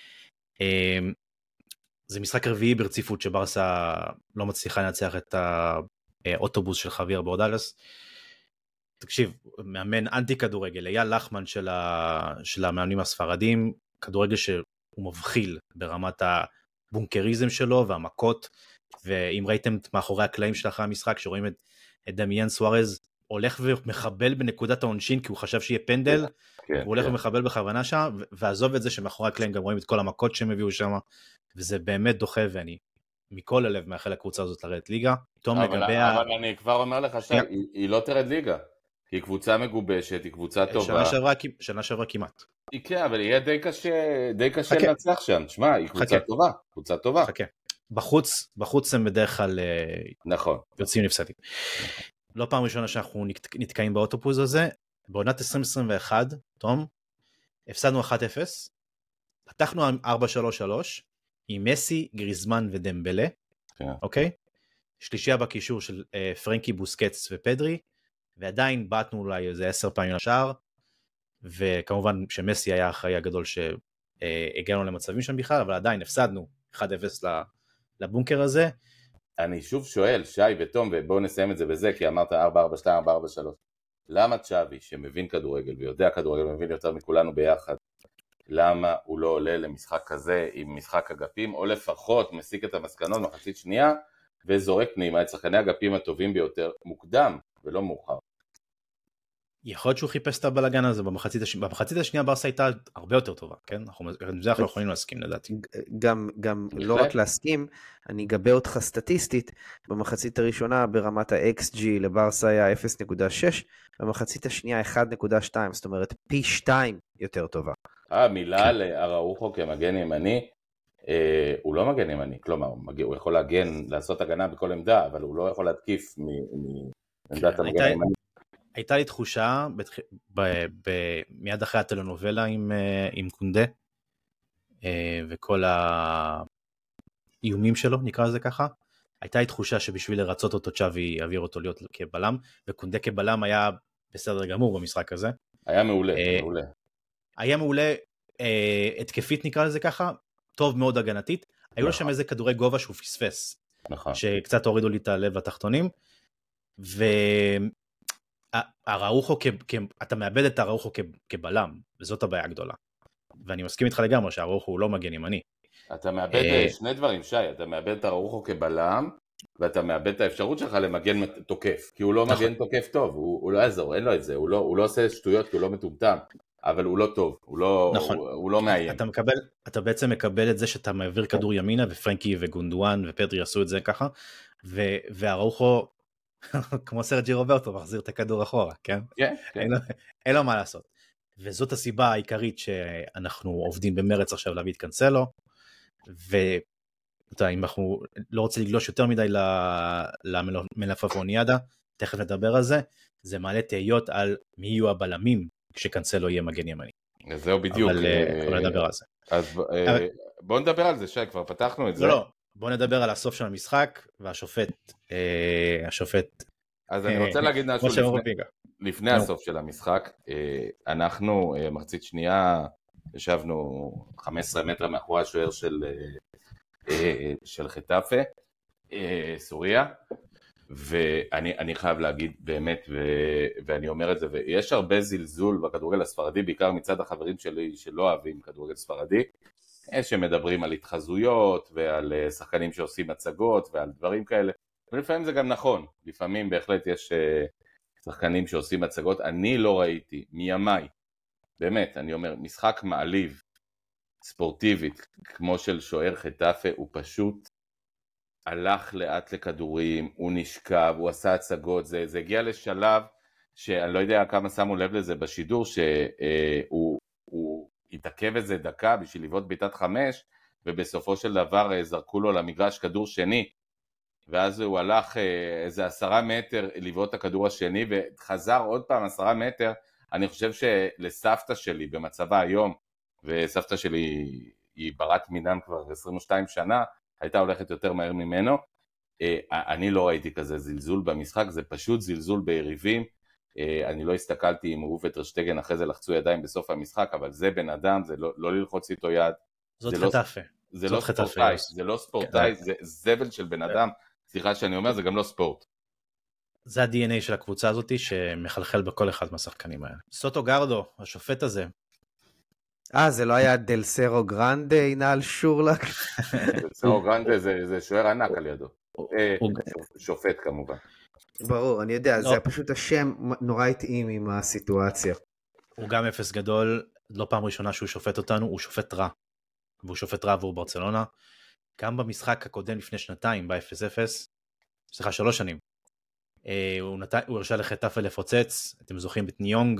Speaker 2: זה משחק רביעי ברציפות שברסה לא מצליחה לנצח את האוטובוס של חוויר בורדלס. תקשיב, מאמן אנטי כדורגל, אייל לחמן של, ה... של המאמנים הספרדים, כדורגל שהוא מבחיל ברמת הבונקריזם שלו והמכות, ואם ראיתם מאחורי הקלעים של אחרי המשחק, שרואים את, את דמיאן סוארז הולך ומחבל בנקודת העונשין, כי הוא חשב שיהיה פנדל, כן, הוא הולך כן. ומחבל בכוונה שם, ועזוב את זה שמאחורי הקלעים גם רואים את כל המכות שהם הביאו שם, וזה באמת דוחה, ואני מכל הלב מאחל לקבוצה הזאת לרדת ליגה. תום
Speaker 1: אבל,
Speaker 2: לגבי
Speaker 1: אבל ה... אני כבר אומר לך שהיא היא לא תרד ליגה, היא קבוצה מגובשת, היא קבוצה טובה.
Speaker 2: שנה שעברה, שנה שעברה כמעט.
Speaker 1: היא כן, אבל יהיה די קשה, די קשה לנצח שם, תשמע, היא קבוצה חכה. טובה, קבוצה טובה.
Speaker 2: חכה. בחוץ, בחוץ הם בדרך כלל
Speaker 1: נכון.
Speaker 2: יוצאים נפסדים. לא פעם ראשונה שאנחנו נתקעים באוטופוז הזה, בעונת עשרים עשרים ואחת, תום, הפסדנו אחת אפס, פתחנו ארבע שלוש שלוש, עם מסי, גריזמן ודמבלה, כן. אוקיי? שלישייה בקישור של uh, פרנקי, בוסקץ ופדרי, ועדיין בעטנו אולי איזה עשר פעמים לשער, וכמובן שמסי היה האחראי הגדול שהגענו uh, למצבים שם בכלל, אבל עדיין הפסדנו אחד אפס לבונקר הזה.
Speaker 1: אני שוב שואל, שי ותום, ובואו נסיים את זה בזה, כי אמרת ארבע ארבע שתיים, ארבע ארבע שלוש. למה צ'אבי, שמבין כדורגל ויודע כדורגל, מבין יותר מכולנו ביחד, למה הוא לא עולה למשחק כזה עם משחק אגפים, או לפחות מסיק את המסקנות מחצית שנייה, וזורק פנימה את שחקני האגפים הטובים ביותר מוקדם ולא מאוחר.
Speaker 2: יכול להיות שהוא חיפש את הבלגן הזה במחצית השנייה, במחצית השנייה ברסה הייתה הרבה יותר טובה, כן? אנחנו אנחנו יכולים להסכים לדעתי.
Speaker 3: גם, גם לא רק להסכים, אני אגבה אותך סטטיסטית, במחצית הראשונה ברמת ה-אקס ג'י לברסה היה אפס נקודה שש, במחצית השנייה אחת נקודה שתיים, זאת אומרת פי שתיים יותר טובה.
Speaker 1: אה, מילה לאראוחו כמגן ימני, אה, הוא לא מגן ימני, כלומר, הוא יכול להגן, לעשות הגנה בכל עמדה, אבל הוא לא יכול להתקיף מעמדת המגן הימני.
Speaker 2: הייתה לי תחושה, מיד אחרי הטלנובלה עם קונדה, וכל האיומים שלו, נקרא לזה ככה, הייתה לי תחושה שבשביל לרצות אותו צ'אבי יעביר אותו להיות כבלם, וקונדה כבלם היה בסדר גמור במשחק הזה.
Speaker 1: היה מעולה, מעולה.
Speaker 2: היה מעולה, התקפית נקרא לזה ככה, טוב מאוד הגנתית, היו לו שם איזה כדורי גובה שהוא פספס, שקצת הורידו לי את הלב התחתונים, ו... הראוחו, אתה מאבד את הראוחו כבלם, וזאת הבעיה הגדולה. ואני מסכים איתך לגמרי שהראוחו הוא לא מגן ימני.
Speaker 1: אתה מאבד שני דברים, שי, אתה מאבד את הראוחו כבלם, ואתה מאבד את האפשרות שלך למגן תוקף, כי הוא לא מגן תוקף טוב, הוא לא יעזור, אין לו את זה, הוא לא עושה שטויות כי הוא לא מטומטם, אבל הוא לא טוב, הוא לא מאיים.
Speaker 2: אתה בעצם מקבל את זה שאתה מעביר כדור ימינה, ופרנקי וגונדואן ופדרי עשו את זה ככה, והראוחו כמו סרג'י רוברטו, מחזיר את הכדור אחורה, כן?
Speaker 1: כן, כן.
Speaker 2: אין לו מה לעשות. וזאת הסיבה העיקרית שאנחנו עובדים במרץ עכשיו להביא את קנסלו, ואם אנחנו לא רוצים לגלוש יותר מדי למלפפוניאדה, תכף נדבר על זה, זה מעלה תהיות על מי יהיו הבלמים כשקנסלו יהיה מגן ימני.
Speaker 1: זהו בדיוק.
Speaker 2: אבל נדבר על זה.
Speaker 1: אז בואו נדבר על זה, שי, כבר פתחנו את זה.
Speaker 2: לא, לא. בואו נדבר על הסוף של המשחק, והשופט, השופט...
Speaker 1: אז אני רוצה להגיד משהו לפני, לפני הסוף של המשחק. אנחנו, מחצית שנייה, ישבנו חמישה עשר מטר מאחורי השוער של, של חטאפה, סוריה, ואני אני חייב להגיד באמת, ו, ואני אומר את זה, ויש הרבה זלזול בכדורגל הספרדי, בעיקר מצד החברים שלי שלא אוהבים כדורגל ספרדי, שמדברים על התחזויות ועל שחקנים שעושים הצגות ועל דברים כאלה, ולפעמים זה גם נכון, לפעמים בהחלט יש שחקנים שעושים הצגות. אני לא ראיתי מימיי, באמת, אני אומר, משחק מעליב, ספורטיבית, כמו של שוער חטאפה, הוא פשוט הלך לאט לכדורים, הוא נשכב, הוא עשה הצגות, זה, זה הגיע לשלב שאני לא יודע כמה שמו לב לזה בשידור, שהוא הוא התעכב איזה דקה בשביל לבעוט בעיטת חמש, ובסופו של דבר זרקו לו למגרש כדור שני, ואז הוא הלך איזה עשרה מטר לבעוט את הכדור השני, וחזר עוד פעם עשרה מטר. אני חושב שלסבתא שלי במצבה היום, וסבתא שלי היא ברת מינן כבר עשרים ושתיים שנה, הייתה הולכת יותר מהר ממנו. אני לא ראיתי כזה זלזול במשחק, זה פשוט זלזול ביריבים. אני לא הסתכלתי אם הוא וטרשטגן אחרי זה לחצו ידיים בסוף המשחק, אבל זה בן אדם, זה לא, לא ללחוץ איתו יד.
Speaker 2: זאת חטאפה.
Speaker 1: זה לא ספורטאי, זה לא ספורטאי, זה זבל של בן אדם. סליחה שאני אומר, זה גם לא ספורט.
Speaker 2: זה ה-די אן איי של הקבוצה הזאת שמחלחל בכל אחד מהשחקנים האלה. סוטו גרדו, השופט הזה.
Speaker 3: אה, זה לא היה דלסרו גרנדה, נעל שורלק?
Speaker 1: דלסרו גרנדה זה שוער ענק על ידו. שופט כמובן.
Speaker 3: ברור, אני יודע, זה פשוט השם נורא התאים עם הסיטואציה.
Speaker 2: הוא גם אפס גדול, לא פעם ראשונה שהוא שופט אותנו, הוא שופט רע. והוא שופט רע עבור ברצלונה. גם במשחק הקודם לפני שנתיים, ב-אפס אפס, סליחה, שלוש שנים, הוא הרשה לחטאפה לפוצץ, אתם זוכרים את ניונג,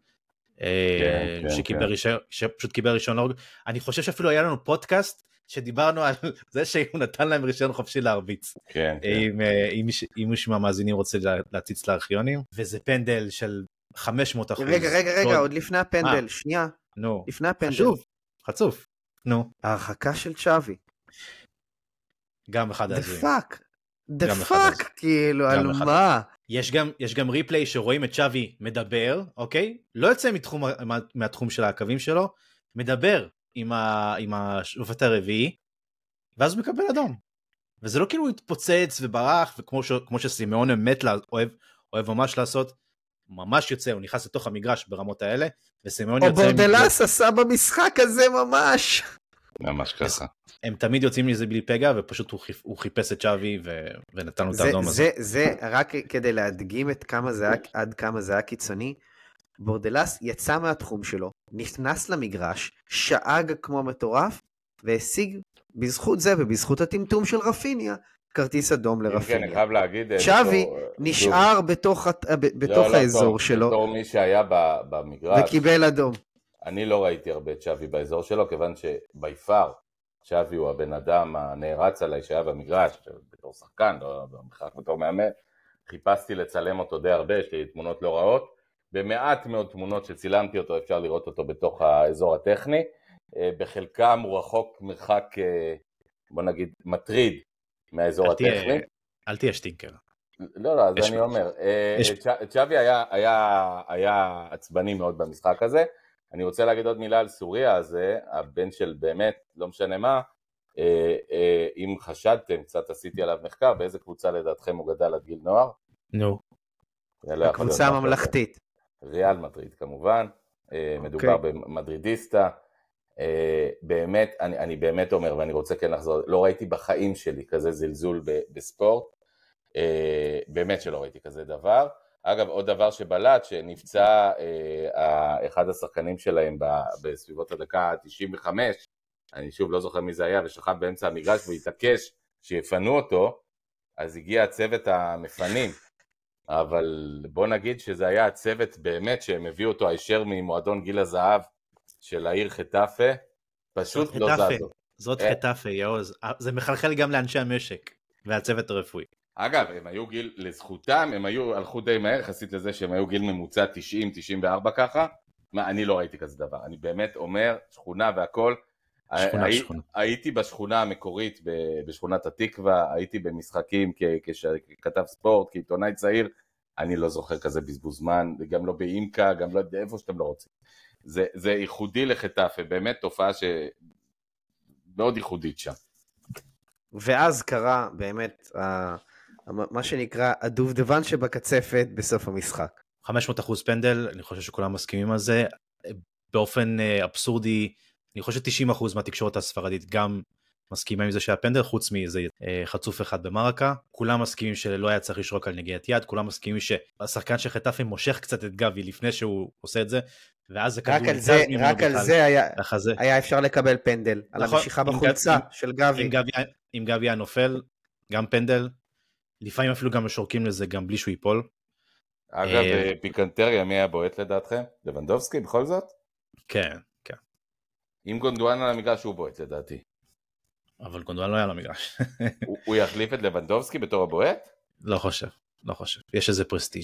Speaker 2: שפשוט קיבל רישיון להורג. אני חושב שאפילו היה לנו פודקאסט, שדיברנו על זה שהוא נתן להם רישיון חופשי להרביץ. אם מישהו מהמאזינים רוצה להציץ לארכיונים, וזה פנדל של חמש מאות אחוז.
Speaker 3: רגע, רגע, רגע, עוד לפני הפנדל, שנייה.
Speaker 2: נו.
Speaker 3: לפני הפנדל.
Speaker 2: חשוב, חצוף. נו.
Speaker 3: ההרחקה של צ'אבי.
Speaker 2: גם אחד הזה.
Speaker 3: דפאק. דפאק, כאילו, על מה?
Speaker 2: יש גם, יש גם ריפליי שרואים את צ'אבי מדבר, אוקיי? לא יוצא מתחום, מהתחום של הקווים שלו, מדבר עם, ה, עם השופט הרביעי, ואז הוא מקבל אדום. וזה לא כאילו הוא התפוצץ וברח, וכמו ש, כמו שסימאון אמת לה, אוהב, אוהב ממש לעשות, ממש יוצא, הוא נכנס לתוך המגרש ברמות האלה, וסימיוני
Speaker 3: או
Speaker 2: יוצא...
Speaker 3: בורדלס עשה במשחק הזה ממש.
Speaker 1: ממש ככה.
Speaker 2: הם תמיד יוצאים מזה בלי פגע, ופשוט הוא, חיפ... הוא חיפש את שווי ו... ונתן לו את האדום הזה.
Speaker 3: זה, זה רק כדי להדגים את כמה זה היה, עד כמה זה היה קיצוני. בורדלס יצא מהתחום שלו, נכנס למגרש, שאג כמו מטורף, והשיג בזכות זה ובזכות הטמטום של רפיניה, כרטיס אדום לרפיניה.
Speaker 1: כן, אני חייב להגיד...
Speaker 3: שווי נשאר בתוך, בתוך
Speaker 1: לא,
Speaker 3: האזור
Speaker 1: לא,
Speaker 3: שלו.
Speaker 1: בתור מי שהיה במגרש.
Speaker 3: וקיבל אדום.
Speaker 1: אני לא ראיתי הרבה את שווי באזור שלו, כיוון שביפר, שווי הוא הבן אדם הנערץ עליי שהיה במגרש, בתור שחקן, לא במחק בתור מאמן, חיפשתי לצלם אותו די הרבה, יש לי תמונות לא רעות, במעט מאוד תמונות שצילמתי אותו, אפשר לראות אותו בתוך האזור הטכני, בחלקם הוא רחוק מרחק, בוא נגיד, מטריד מהאזור הטכני.
Speaker 2: אל תהיה שטינקר.
Speaker 1: לא, לא, אז אני אומר, שווי היה עצבני מאוד במשחק הזה, אני רוצה להגיד עוד מילה על סוריה הזה, הבן של באמת, לא משנה מה, אם חשדתם, קצת עשיתי עליו מחקר, באיזה קבוצה לדעתכם הוא גדל עד גיל נוער?
Speaker 2: נו.
Speaker 3: הקבוצה הממלכתית.
Speaker 1: ריאל מדריד כמובן, מדובר במדרידיסטה, באמת, אני, אני באמת אומר, ואני רוצה כן לחזור, לא ראיתי בחיים שלי כזה זלזול בספורט, באמת שלא ראיתי כזה דבר. אגב, עוד דבר שבלט, שנפצע אה, אחד השחקנים שלהם בסביבות הדקה ה-תשעים וחמש, אני שוב לא זוכר מי זה היה, ושכב באמצע המגרש והתעקש שיפנו אותו, אז הגיע הצוות המפנים, אבל בוא נגיד שזה היה הצוות באמת שהם הביאו אותו הישר ממועדון גיל הזהב של העיר חטאפה, פשוט לא זזו.
Speaker 2: זאת חטאפה, יאוז, זה מחלחל גם לאנשי המשק והצוות הרפואי.
Speaker 1: אגב, הם היו גיל, לזכותם, הם היו, הלכו די מהר, חסית לזה שהם היו גיל ממוצע תשעים תשעים וארבע ככה, מה, אני לא ראיתי כזה דבר, אני באמת אומר, שכונה והכל,
Speaker 2: שכונה,
Speaker 1: הי,
Speaker 2: שכונה.
Speaker 1: הייתי בשכונה המקורית, בשכונת התקווה, הייתי במשחקים ככתב ספורט, כעיתונאי צעיר, אני לא זוכר כזה בזבוז זמן, גם לא באימקה, גם לא איפה שאתם לא רוצים. זה, זה ייחודי לחטאפה, באמת תופעה שמאוד ייחודית שם.
Speaker 3: ואז קרה באמת מה שנקרא הדובדבן שבקצפת בסוף המשחק.
Speaker 2: חמש מאות אחוז פנדל, אני חושב שכולם מסכימים על זה, באופן אבסורדי, אני חושב ש-תשעים אחוז מהתקשורת הספרדית גם מסכימה עם זה שהיה פנדל, חוץ מאיזה חצוף אחד במרקה, כולם מסכימים שלא היה צריך לשרוק על נגיעת יד, כולם מסכימים שהשחקן של חטאפה מושך קצת את גבי לפני שהוא עושה את זה, ואז זה כדור ניתז ממנו
Speaker 3: רק על זה היה אפשר לקבל פנדל, על המשיכה בחולצה של גבי.
Speaker 2: אם גבי היה נופל, גם פנדל, לפעמים אפילו גם משורקים לזה גם בלי שהוא ייפול.
Speaker 1: אגב, פיקנטריה, מי היה בועט לדעתכם? לבנדובסקי בכל זאת?
Speaker 2: כן, כן.
Speaker 1: אם גונדואן על המגרש הוא בועט לדעתי.
Speaker 2: אבל גונדואן לא היה על המגרש.
Speaker 1: הוא יחליף את לבנדובסקי בתור הבועט?
Speaker 2: לא חושב, לא חושב. יש איזה פרסטיג'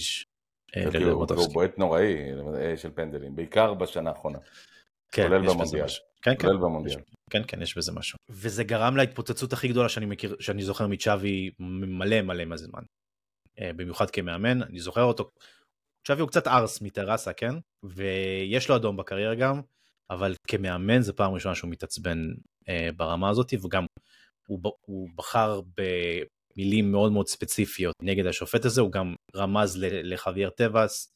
Speaker 1: הוא בועט נוראי של פנדלים, בעיקר בשנה האחרונה. כולל במונדיאל. כולל במונדיאל.
Speaker 2: כן, כן, יש בזה משהו. וזה גרם להתפוצצות הכי גדולה שאני מכיר, שאני זוכר מצ'אבי מלא מלא מהזמן. במיוחד כמאמן, אני זוכר אותו. צ'אבי הוא קצת ארס מטרסה, כן? ויש לו אדום בקריירה גם, אבל כמאמן זה פעם ראשונה שהוא מתעצבן ברמה הזאת, וגם הוא בחר במילים מאוד מאוד ספציפיות נגד השופט הזה, הוא גם רמז לחוויאר טבעס,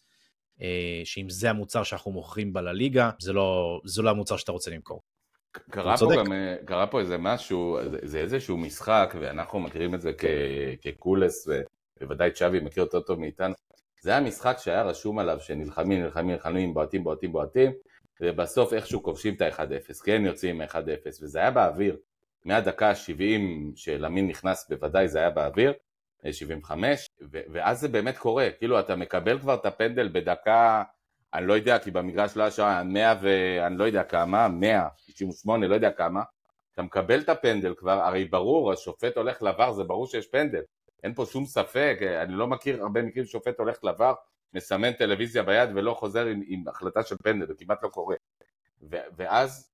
Speaker 2: שאם זה המוצר שאנחנו מוכרים בליגה, זה לא, זה לא המוצר שאתה רוצה למכור.
Speaker 1: קרה פה, גם, קרה פה איזה משהו, זה איזשהו משחק, ואנחנו מכירים את זה כקולס, ובוודאי צ'אבי מכיר אותו טוב מאיתנו, זה היה משחק שהיה רשום עליו שנלחמים, נלחמים, נלחמים, בועטים, בועטים, בועטים, ובסוף איכשהו כובשים את ה-אחד אפס, כן יוצאים מ-אחד אפס, וזה היה באוויר, מהדקה ה-שבעים שלמין נכנס, בוודאי זה היה באוויר, שבעים וחמש, ואז זה באמת קורה, כאילו אתה מקבל כבר את הפנדל בדקה, אני לא יודע, כי במגרש לא היה מאה ואני לא יודע כמה, מאה, תשעים ושמונה, לא יודע כמה, אתה מקבל את הפנדל כבר, הרי ברור, השופט הולך לבר, זה ברור שיש פנדל, אין פה שום ספק, אני לא מכיר הרבה מקרים שופט הולך לבר, מסמן טלוויזיה ביד ולא חוזר עם, עם החלטה של פנדל, זה כמעט לא קורה, ו, ואז,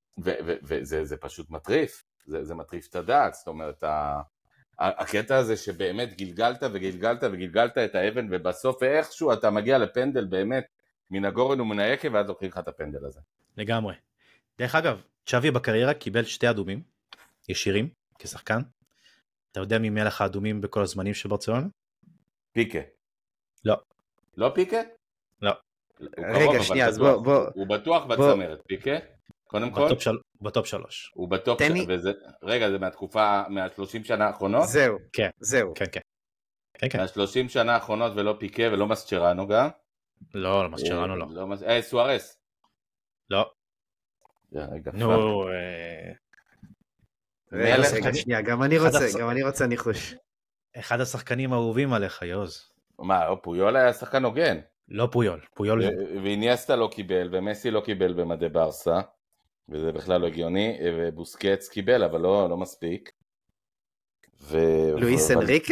Speaker 1: וזה זה פשוט מטריף, זה, זה מטריף את הדעת, זאת אומרת, ה... הקטע הזה שבאמת גלגלת וגלגלת וגלגלת את האבן, ובסוף איכשהו אתה מגיע לפנדל באמת, מן הגורן ומן היקב, ואז לוקחים לך את הפנדל הזה.
Speaker 2: לגמרי. דרך אגב, צ'אבי בקריירה קיבל שתי אדומים, ישירים, כשחקן. אתה יודע מי מלך האדומים בכל הזמנים של ברצלונה?
Speaker 1: פיקה.
Speaker 2: לא.
Speaker 1: לא פיקה?
Speaker 3: רגע, שנייה, אז בוא, בוא.
Speaker 1: הוא בטוח בצמרת, פיקה? קודם כל?
Speaker 2: בטופ שלוש.
Speaker 1: הוא בטופ שלוש, רגע, זה מהתקופה, מה-שלושים שנה האחרונות?
Speaker 3: זהו,
Speaker 2: כן,
Speaker 3: זהו.
Speaker 2: כן, כן.
Speaker 1: מה-שלושים שנה האחרונות ולא פיקה ולא מסצ'רנו גם?
Speaker 2: לא, לא מסצ'רנו לא.
Speaker 1: אה, סוארס?
Speaker 2: לא.
Speaker 1: רגע,
Speaker 2: נו,
Speaker 3: רגע, שנייה, גם אני רוצה, גם אני רוצה ניחוש.
Speaker 2: אחד השחקנים האהובים עליך, יוז.
Speaker 1: מה, פויול היה שחקן הוגן?
Speaker 2: לא פויול, פויול...
Speaker 1: ואיניאסטה לא קיבל, ומסי לא קיבל במדי ברסה, וזה בכלל לא הגיוני, ובוסקץ קיבל, אבל לא מספיק.
Speaker 3: לואיס אנריקה?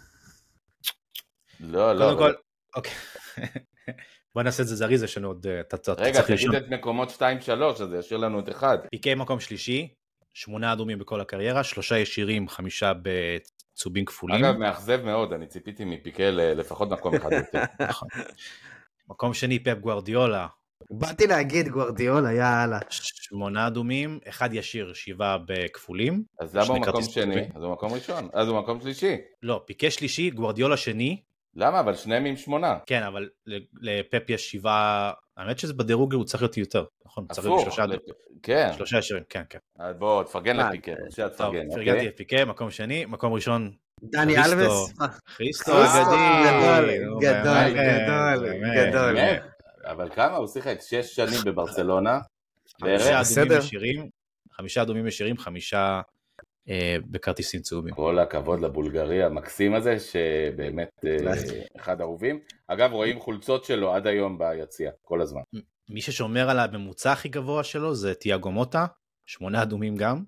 Speaker 1: לא, לא.
Speaker 2: קודם כל, אוקיי. בוא נעשה את זה זריז, יש לנו עוד...
Speaker 1: רגע, תגיד את מקומות שתיים שלוש, אז זה ישאיר לנו את אחד.
Speaker 2: פיקה מקום שלישי, שמונה אדומים בכל הקריירה, שלושה ישירים, חמישה בצהובים כפולים.
Speaker 1: אגב, מאכזב מאוד, אני ציפיתי מפיקה לפחות מקום אחד יותר.
Speaker 2: נכון. מקום שני, פפ גוארדיולה.
Speaker 3: באתי להגיד גוארדיולה, יאללה.
Speaker 2: שמונה אדומים, אחד ישיר, שבעה בכפולים.
Speaker 1: אז למה הוא מקום שני? אז הוא מקום ראשון. אז הוא מקום שלישי.
Speaker 2: לא, פיקה שלישי, גוארדיולה שני.
Speaker 1: למה? אבל שניהם עם שמונה.
Speaker 2: כן, אבל לפפ יש שבעה, האמת שזה בדירוג הוא צריך להיות יותר, נכון?
Speaker 1: הפוך, כן.
Speaker 2: שלושה ישירים, כן, כן.
Speaker 1: אז בוא, תפרגן לפיקה.
Speaker 2: טוב, פרגנתי לפיקה, מקום שני, מקום ראשון.
Speaker 3: דני אלבס.
Speaker 2: חריסטו אגדי.
Speaker 3: גדול, גדול, גדול.
Speaker 1: אבל כמה? הוא שיחק שש שנים בברצלונה.
Speaker 2: חמישה אדומים ישירים, חמישה אדומים ישירים, חמישה בכרטיסים צהובים.
Speaker 1: כל הכבוד לבולגרי המקסים הזה, שבאמת אחד אהובים. אגב, רואים חולצות שלו עד היום ביציאה, כל הזמן.
Speaker 2: מי ששומר על הממוצע הכי גבוה שלו זה תיאגו מוטה, שמונה אדומים גם.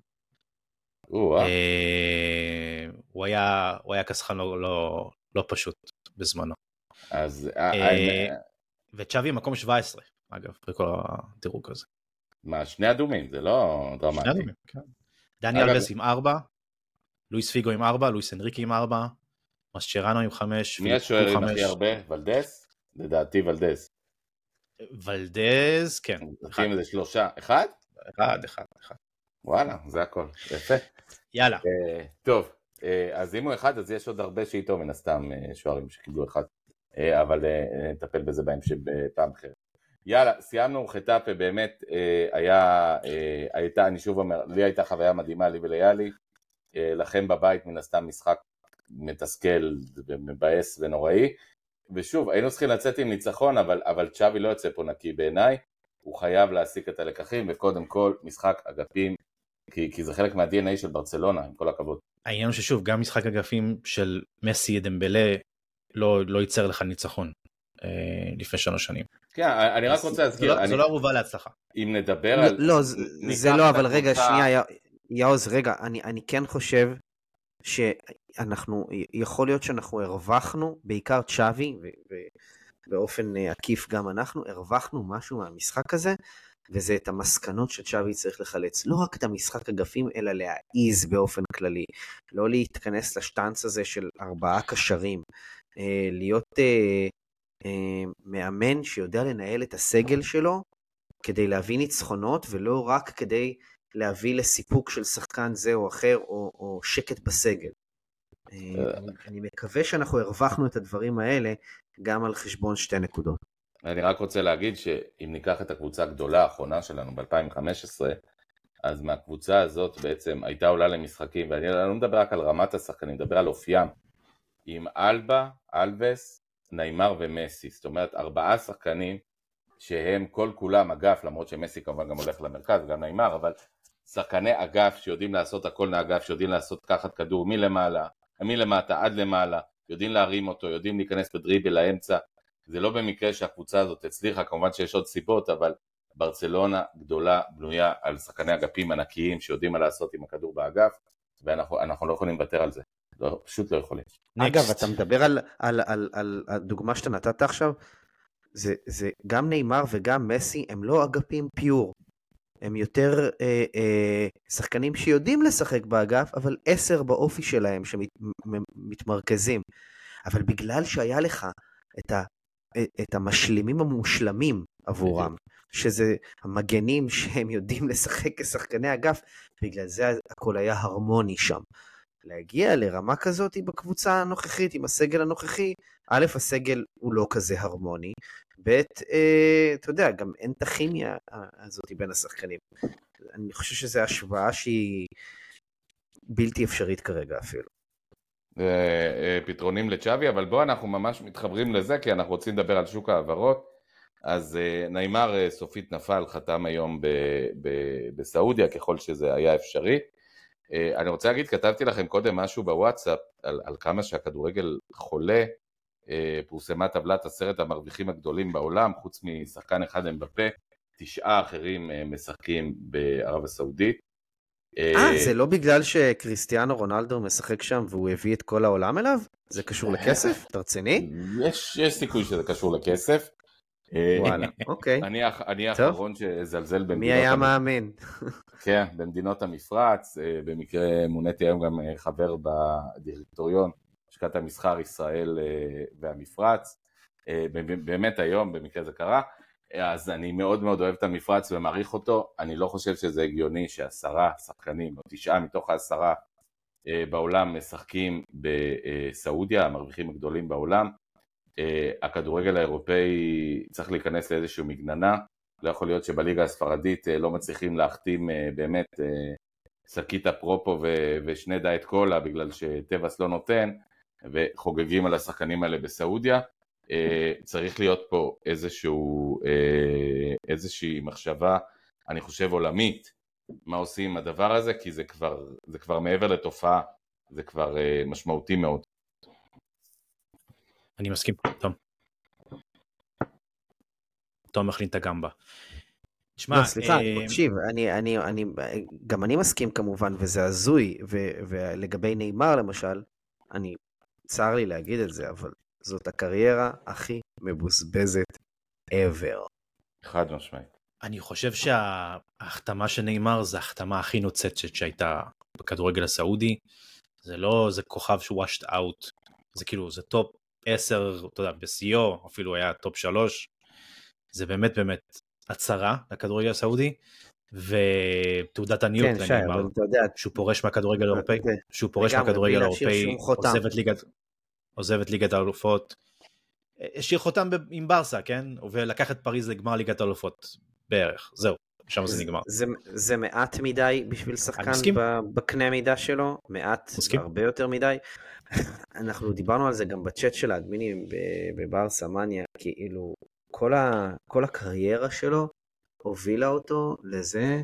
Speaker 2: הוא היה כסחן לא פשוט בזמנו.
Speaker 1: אז...
Speaker 2: וצ'אבי מקום שבע עשרה, אגב, בכל הדירוג הזה.
Speaker 1: מה, שני אדומים, זה לא דרמטי.
Speaker 2: שני אדומים, כן. דני אלבס עם ארבע, לואיס פיגו עם ארבע, לואיס אנריקי עם ארבע, מסצ'רנו עם חמש.
Speaker 1: מי השוער עם הכי הרבה? ולדס? לדעתי ולדס.
Speaker 2: ולדס, כן.
Speaker 1: אחים זה שלושה. אחד?
Speaker 2: אחד, אחד, אחד.
Speaker 1: וואלה, זה הכל. יפה.
Speaker 2: יאללה.
Speaker 1: טוב, אז אם הוא אחד, אז יש עוד הרבה שאיתו מן הסתם שוערים שקיבלו אחד. אבל נטפל בזה בהמשך בפעם אחרת. יאללה, סיימנו, חטאפה באמת היה, הייתה, אני שוב אומר, לי הייתה חוויה מדהימה, לי וליאלי, לכם בבית מן הסתם משחק מתסכל ומבאס ונוראי, ושוב, היינו צריכים לצאת עם ניצחון, אבל, אבל צ'אבי לא יוצא פה נקי בעיניי, הוא חייב להסיק את הלקחים, וקודם כל משחק אגפים, כי, כי זה חלק מה-די אן איי של ברצלונה, עם כל הכבוד.
Speaker 2: העניין ששוב, גם משחק אגפים של מסי דמבלה, לא, לא ייצר לך ניצחון אה, לפני שלוש שנים.
Speaker 1: כן, אני רק רוצה להזכיר.
Speaker 2: זו, אני, זו לא ערובה להצלחה.
Speaker 1: אם נדבר על...
Speaker 3: לא, זה, זה לא, אבל רגע, שנייה, יאוז, רגע, אני, אני כן חושב שאנחנו, יכול להיות שאנחנו הרווחנו, בעיקר צ'אבי, ובאופן עקיף גם אנחנו, הרווחנו משהו מהמשחק הזה, וזה את המסקנות שצ'אבי צריך לחלץ. לא רק את המשחק אגפים, אלא להעיז באופן כללי. לא להתכנס לשטנץ הזה של ארבעה קשרים. להיות מאמן שיודע לנהל את הסגל שלו, כדי להביא ניצחונות, ולא רק כדי להביא לסיפוק של שחקן זה או אחר, או, או שקט בסגל. אני מקווה שאנחנו הרווחנו את הדברים האלה, גם על חשבון שתי נקודות.
Speaker 1: אני רק רוצה להגיד שאם ניקח את הקבוצה הגדולה האחרונה שלנו ב-אלפיים וחמש עשרה, אז מהקבוצה הזאת בעצם הייתה עולה למשחקים, ואני לא מדבר רק על רמת השחקנים, אני מדבר על אופיים, עם אלבה, אלבס, ניימר ומסי, זאת אומרת ארבעה שחקנים שהם כל כולם אגף, למרות שמסי כמובן גם הולך למרכז, גם ניימר, אבל שחקני אגף שיודעים לעשות הכל מאגף, שיודעים לעשות כחת כדור מלמעלה, מלמטה עד למעלה, יודעים להרים אותו, יודעים להיכנס בדריבל לאמצע, זה לא במקרה שהקבוצה הזאת הצליחה, כמובן שיש עוד סיבות, אבל ברצלונה גדולה בנויה על שחקני אגפים ענקיים שיודעים מה לעשות עם הכדור באגף, ואנחנו אנחנו לא יכולים לוותר על זה, לא, פשוט לא יכולים.
Speaker 3: אגב, אתה מדבר על, על, על, על הדוגמה שאתה נתת עכשיו, זה, זה גם ניימר וגם מסי, הם לא אגפים פיור, הם יותר אה, אה, שחקנים שיודעים לשחק באגף, אבל עשר באופי שלהם שמתמרכזים, אבל בגלל שהיה לך את ה... את המשלימים המושלמים עבורם, שזה המגנים שהם יודעים לשחק כשחקני אגף, בגלל זה הכל היה הרמוני שם. להגיע לרמה כזאת בקבוצה הנוכחית, עם הסגל הנוכחי, א', הסגל הוא לא כזה הרמוני, ב', אה, אתה יודע, גם אין את הכימיה הזאת בין השחקנים. אני חושב שזו השוואה שהיא בלתי אפשרית כרגע אפילו.
Speaker 1: פתרונים לצ'אבי, אבל בוא אנחנו ממש מתחברים לזה, כי אנחנו רוצים לדבר על שוק העברות. אז ניימר סופית נפל, חתם היום ב- ב- בסעודיה, ככל שזה היה אפשרי. אני רוצה להגיד, כתבתי לכם קודם משהו בוואטסאפ, על, על כמה שהכדורגל חולה, פורסמה טבלת עשרת המרוויחים הגדולים בעולם, חוץ משחקן אחד אמבפה, תשעה אחרים משחקים בערב הסעודית.
Speaker 3: אה, זה לא בגלל שקריסטיאנו רונלדו משחק שם והוא הביא את כל העולם אליו? זה קשור לכסף? אתה רציני?
Speaker 1: יש, יש סיכוי שזה קשור לכסף.
Speaker 3: וואלה, אוקיי.
Speaker 1: אני, אני האחרון שזלזל במדינות...
Speaker 3: מי היה מאמין?
Speaker 1: כן, במדינות המפרץ, במקרה מוניתי היום גם חבר בדירקטוריון, לשכת המסחר ישראל והמפרץ, באמת היום במקרה זה קרה, אז אני מאוד מאוד אוהב את המפרץ ומעריך אותו, אני לא חושב שזה הגיוני שעשרה שחקנים או תשעה מתוך העשרה בעולם משחקים בסעודיה, המרוויחים הגדולים בעולם, הכדורגל האירופאי צריך להיכנס לאיזשהו מגננה, לא יכול להיות שבליגה הספרדית לא מצליחים להחתים באמת סקית אפרופו ושני דייט קולה בגלל שטבעס לא נותן וחוגגים על השחקנים האלה בסעודיה. צריך להיות פה איזשהו, איזושהי מחשבה, אני חושב עולמית, מה עושים עם הדבר הזה, כי זה כבר, זה כבר מעבר לתופעה, זה כבר משמעותי מאוד.
Speaker 2: אני מסכים, תום. תום מכלין את הגמבה.
Speaker 3: תשמע, סליחה, תקשיב, גם אני מסכים כמובן, וזה הזוי, ולגבי ניימר למשל, אני צר לי להגיד את זה, אבל זאת הקריירה הכי מבוזבזת ever.
Speaker 1: חד משמעית.
Speaker 2: אני חושב שההחתמה של ניימר זה ההחתמה הכי נוצצת שהייתה בכדורגל הסעודי. זה לא, זה כוכב שהוא washed out. זה כאילו, זה טופ עשר, אתה יודע, בסיו, אפילו היה טופ שלוש. זה באמת באמת הצהרה לכדורגל הסעודי, ותעודת עניות לניימר, שהוא פורש מהכדורגל האירופאי, שהוא פורש מהכדורגל האירופאי, עוזב את ליגת האלופות, השאיר חותם עם ברסה, כן? ולקח את פריז לגמר ליגת האלופות, בערך, זהו, שם זה נגמר.
Speaker 3: זה מעט מדי בשביל שחקן בקנה מידה שלו, מעט, הרבה יותר מדי. אנחנו דיברנו על זה גם בצ'אט של האדמינים בברסה מניה, כאילו, כל, ה, כל הקריירה שלו הובילה אותו לזה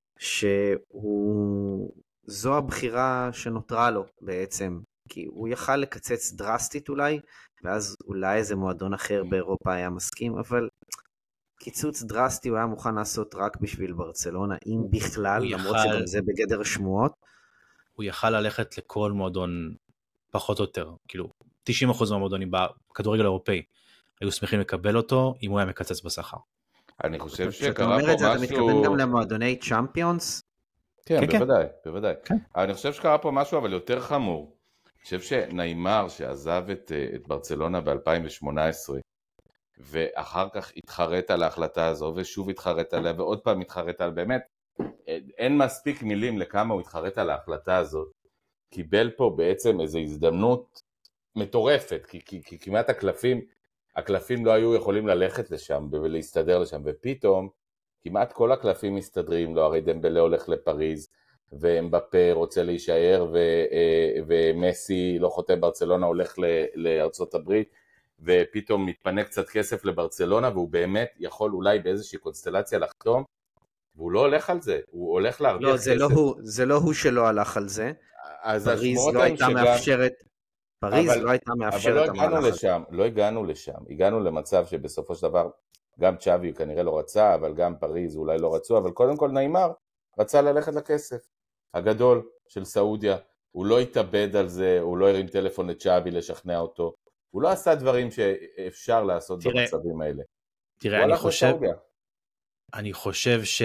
Speaker 3: שהוא, זו הבחירה שנותרה לו בעצם, כי הוא יכל לקצץ דרסטית אולי, ואז אולי איזה מועדון אחר באירופה היה מסכים, אבל קיצוץ דרסטי הוא היה מוכן לעשות רק בשביל ברצלונה, אם בכלל, למרות יכל, שגם זה בגדר שמועות.
Speaker 2: הוא יכל ללכת לכל מועדון פחות או יותר, כאילו תשעים אחוז מהמועדונים בכדורגל האירופאי, היו שמחים לקבל אותו אם הוא היה מקצץ בשכר.
Speaker 1: אני חושב שקרה פה משהו...
Speaker 3: אתה מתכוון גם למועדוני צ'אמפיונס?
Speaker 1: כן, בוודאי, בוודאי. אני חושב שקרה פה משהו אבל יותר חמור. אני חושב שניימר שעזב את ברצלונה ב-אלפיים שמונה עשרה, ואחר כך התחרט על ההחלטה הזו, ושוב התחרט עליה, ועוד פעם התחרט על באמת, אין מספיק מילים לכמה הוא התחרט על ההחלטה הזאת. קיבל פה בעצם איזו הזדמנות מטורפת, כי, כי, כי כמעט הקלפים, הקלפים לא היו יכולים ללכת לשם ולהסתדר לשם, ופתאום כמעט כל הקלפים מסתדרים לו, הרי דמבלה הולך לפריז, ואמבפה רוצה להישאר, ו, ומסי לא חותם ברצלונה, הולך לארצות הברית, ופתאום מתפנה קצת כסף לברצלונה, והוא באמת יכול אולי באיזושהי קונסטלציה לחתום, והוא לא הולך על זה, הוא הולך להרוויח
Speaker 3: לא, זה כסף. לא הוא, זה לא הוא שלא הלך על זה, פריז לא הייתה שגם... מאפשרת, פריז אבל, לא הייתה מאפשרת
Speaker 1: אבל לא הגענו לשם, לא הגענו לשם, הגענו למצב שבסופו של דבר, גם צ'אבי כנראה לא רצה, אבל גם פריז אולי לא רצו, אבל קודם כל ניימר רצה ללכת לכסף הגדול של סעודיה, הוא לא התאבד על זה, הוא לא הרים טלפון לצ'אבי לשכנע אותו, הוא לא עשה דברים שאפשר לעשות תראה, במצבים האלה.
Speaker 2: תראה, אני חושב, אני חושב ש...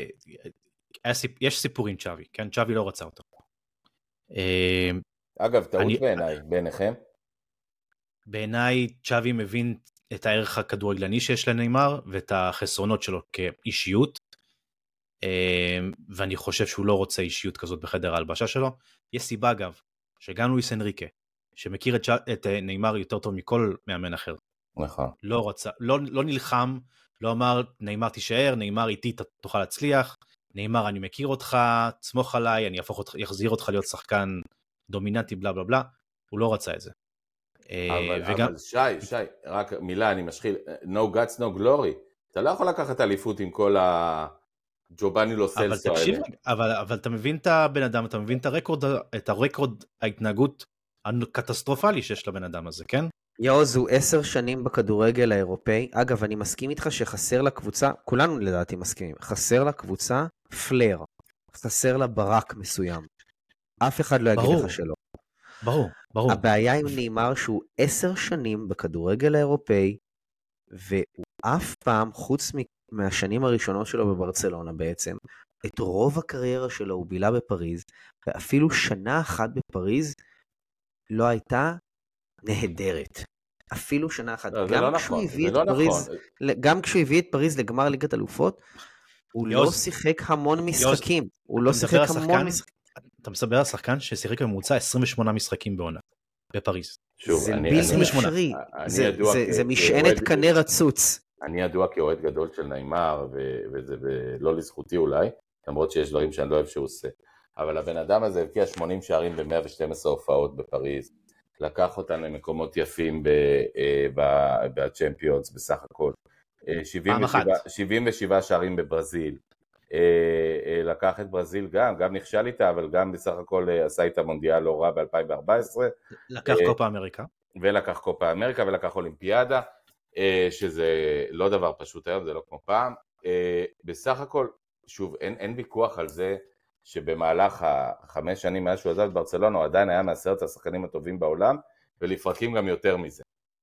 Speaker 2: יש סיפורים צ'אבי, כן? צ'אבי לא רצה אותו.
Speaker 1: אגב, טעות אני... בעיניי, בעיניכם?
Speaker 2: בעיניי צ'אבי מבין את הערך הכדורגלני שיש לניימר, ואת החסרונות שלו כאישיות, ואני חושב שהוא לא רוצה אישיות כזאת בחדר ההלבשה שלו. יש סיבה אגב, שגם לואיס אנריקה, שמכיר את, את ניימר יותר טוב מכל מאמן אחר,
Speaker 1: נכון.
Speaker 2: לא רצה, לא, לא נלחם, לא אמר, ניימר תישאר, ניימר איתי תוכל להצליח, ניימר אני מכיר אותך, תסמוך עליי, אני אהפוך אותך, יחזיר אותך להיות שחקן דומיננטי, בלה בלה בלה, הוא לא רצה את זה.
Speaker 1: אבל,
Speaker 2: וגם...
Speaker 1: אבל שי, שי, רק מילה, אני משחיל, no guts, no glory, אתה לא יכול לקחת אליפות עם כל הג'ובאני לא סלסו האלה.
Speaker 2: אבל תקשיב, אבל, אבל אתה מבין את הבן אדם, אתה מבין את הרקורד, את הרקורד ההתנהגות הקטסטרופלי שיש לבן אדם הזה, כן?
Speaker 3: יאוז הוא עשר שנים בכדורגל האירופאי. אגב, אני מסכים איתך שחסר לקבוצה, כולנו לדעתי מסכימים, חסר לקבוצה פלר, חסר לה ברק מסוים. אף אחד לא יגיד
Speaker 2: ברור,
Speaker 3: לך שלא.
Speaker 2: ברור, ברור.
Speaker 3: הבעיה עם נאמר שהוא עשר שנים בכדורגל האירופאי, והוא אף פעם, חוץ מהשנים הראשונות שלו בברצלונה בעצם, את רוב הקריירה שלו הוא בילה בפריז, ואפילו שנה אחת בפריז לא הייתה נהדרת. אפילו שנה אחת.
Speaker 1: לא,
Speaker 3: גם,
Speaker 1: לא
Speaker 3: כשהוא
Speaker 1: נכון,
Speaker 3: הביא את
Speaker 1: לא
Speaker 3: פריז,
Speaker 1: נכון.
Speaker 3: גם כשהוא הביא את פריז לגמר ליגת אלופות, הוא
Speaker 2: יוז,
Speaker 3: לא שיחק המון משחקים.
Speaker 2: יוז,
Speaker 3: הוא לא שיחק המון משחקים.
Speaker 2: אתה מסבר על שחקן ששיחק בממוצע עשרים ושמונה משחקים בעונה, בפריז.
Speaker 1: שוב,
Speaker 3: זה
Speaker 1: אני,
Speaker 3: בלתי
Speaker 1: אני,
Speaker 3: אפשרי.
Speaker 1: אני
Speaker 3: זה,
Speaker 1: ידוע
Speaker 3: זה,
Speaker 1: כ-
Speaker 3: זה משענת
Speaker 1: כאוהד-
Speaker 3: קנה רצוץ.
Speaker 1: אני ידוע כאוהד גדול של ניימר, ו- וזה לא לזכותי אולי, למרות שיש דברים שאני לא אוהב שהוא עושה. אבל הבן אדם הזה הבקיע שמונים שערים ב-מאה ושתים עשרה הופעות בפריז, לקח אותנו למקומות יפים בצ'מפיונס בסך הכל,
Speaker 2: פעם אחת.
Speaker 1: שבעים ושבעה שערים בברזיל, לקח את ברזיל גם, גם נכשל איתה, אבל גם בסך הכל עשה איתה מונדיאל לא רע ב-אלפיים וארבע עשרה.
Speaker 2: לקח קופה אמריקה.
Speaker 1: ולקח קופה אמריקה ולקח אולימפיאדה, שזה לא דבר פשוט היום, זה לא כמו פעם. בסך הכל, שוב, אין, אין ויכוח על זה שבמהלך החמש שנים מאז שהוא עזב את ברצלונה, הוא עדיין היה מעשרת השחקנים הטובים בעולם, ולפרקים גם יותר מזה.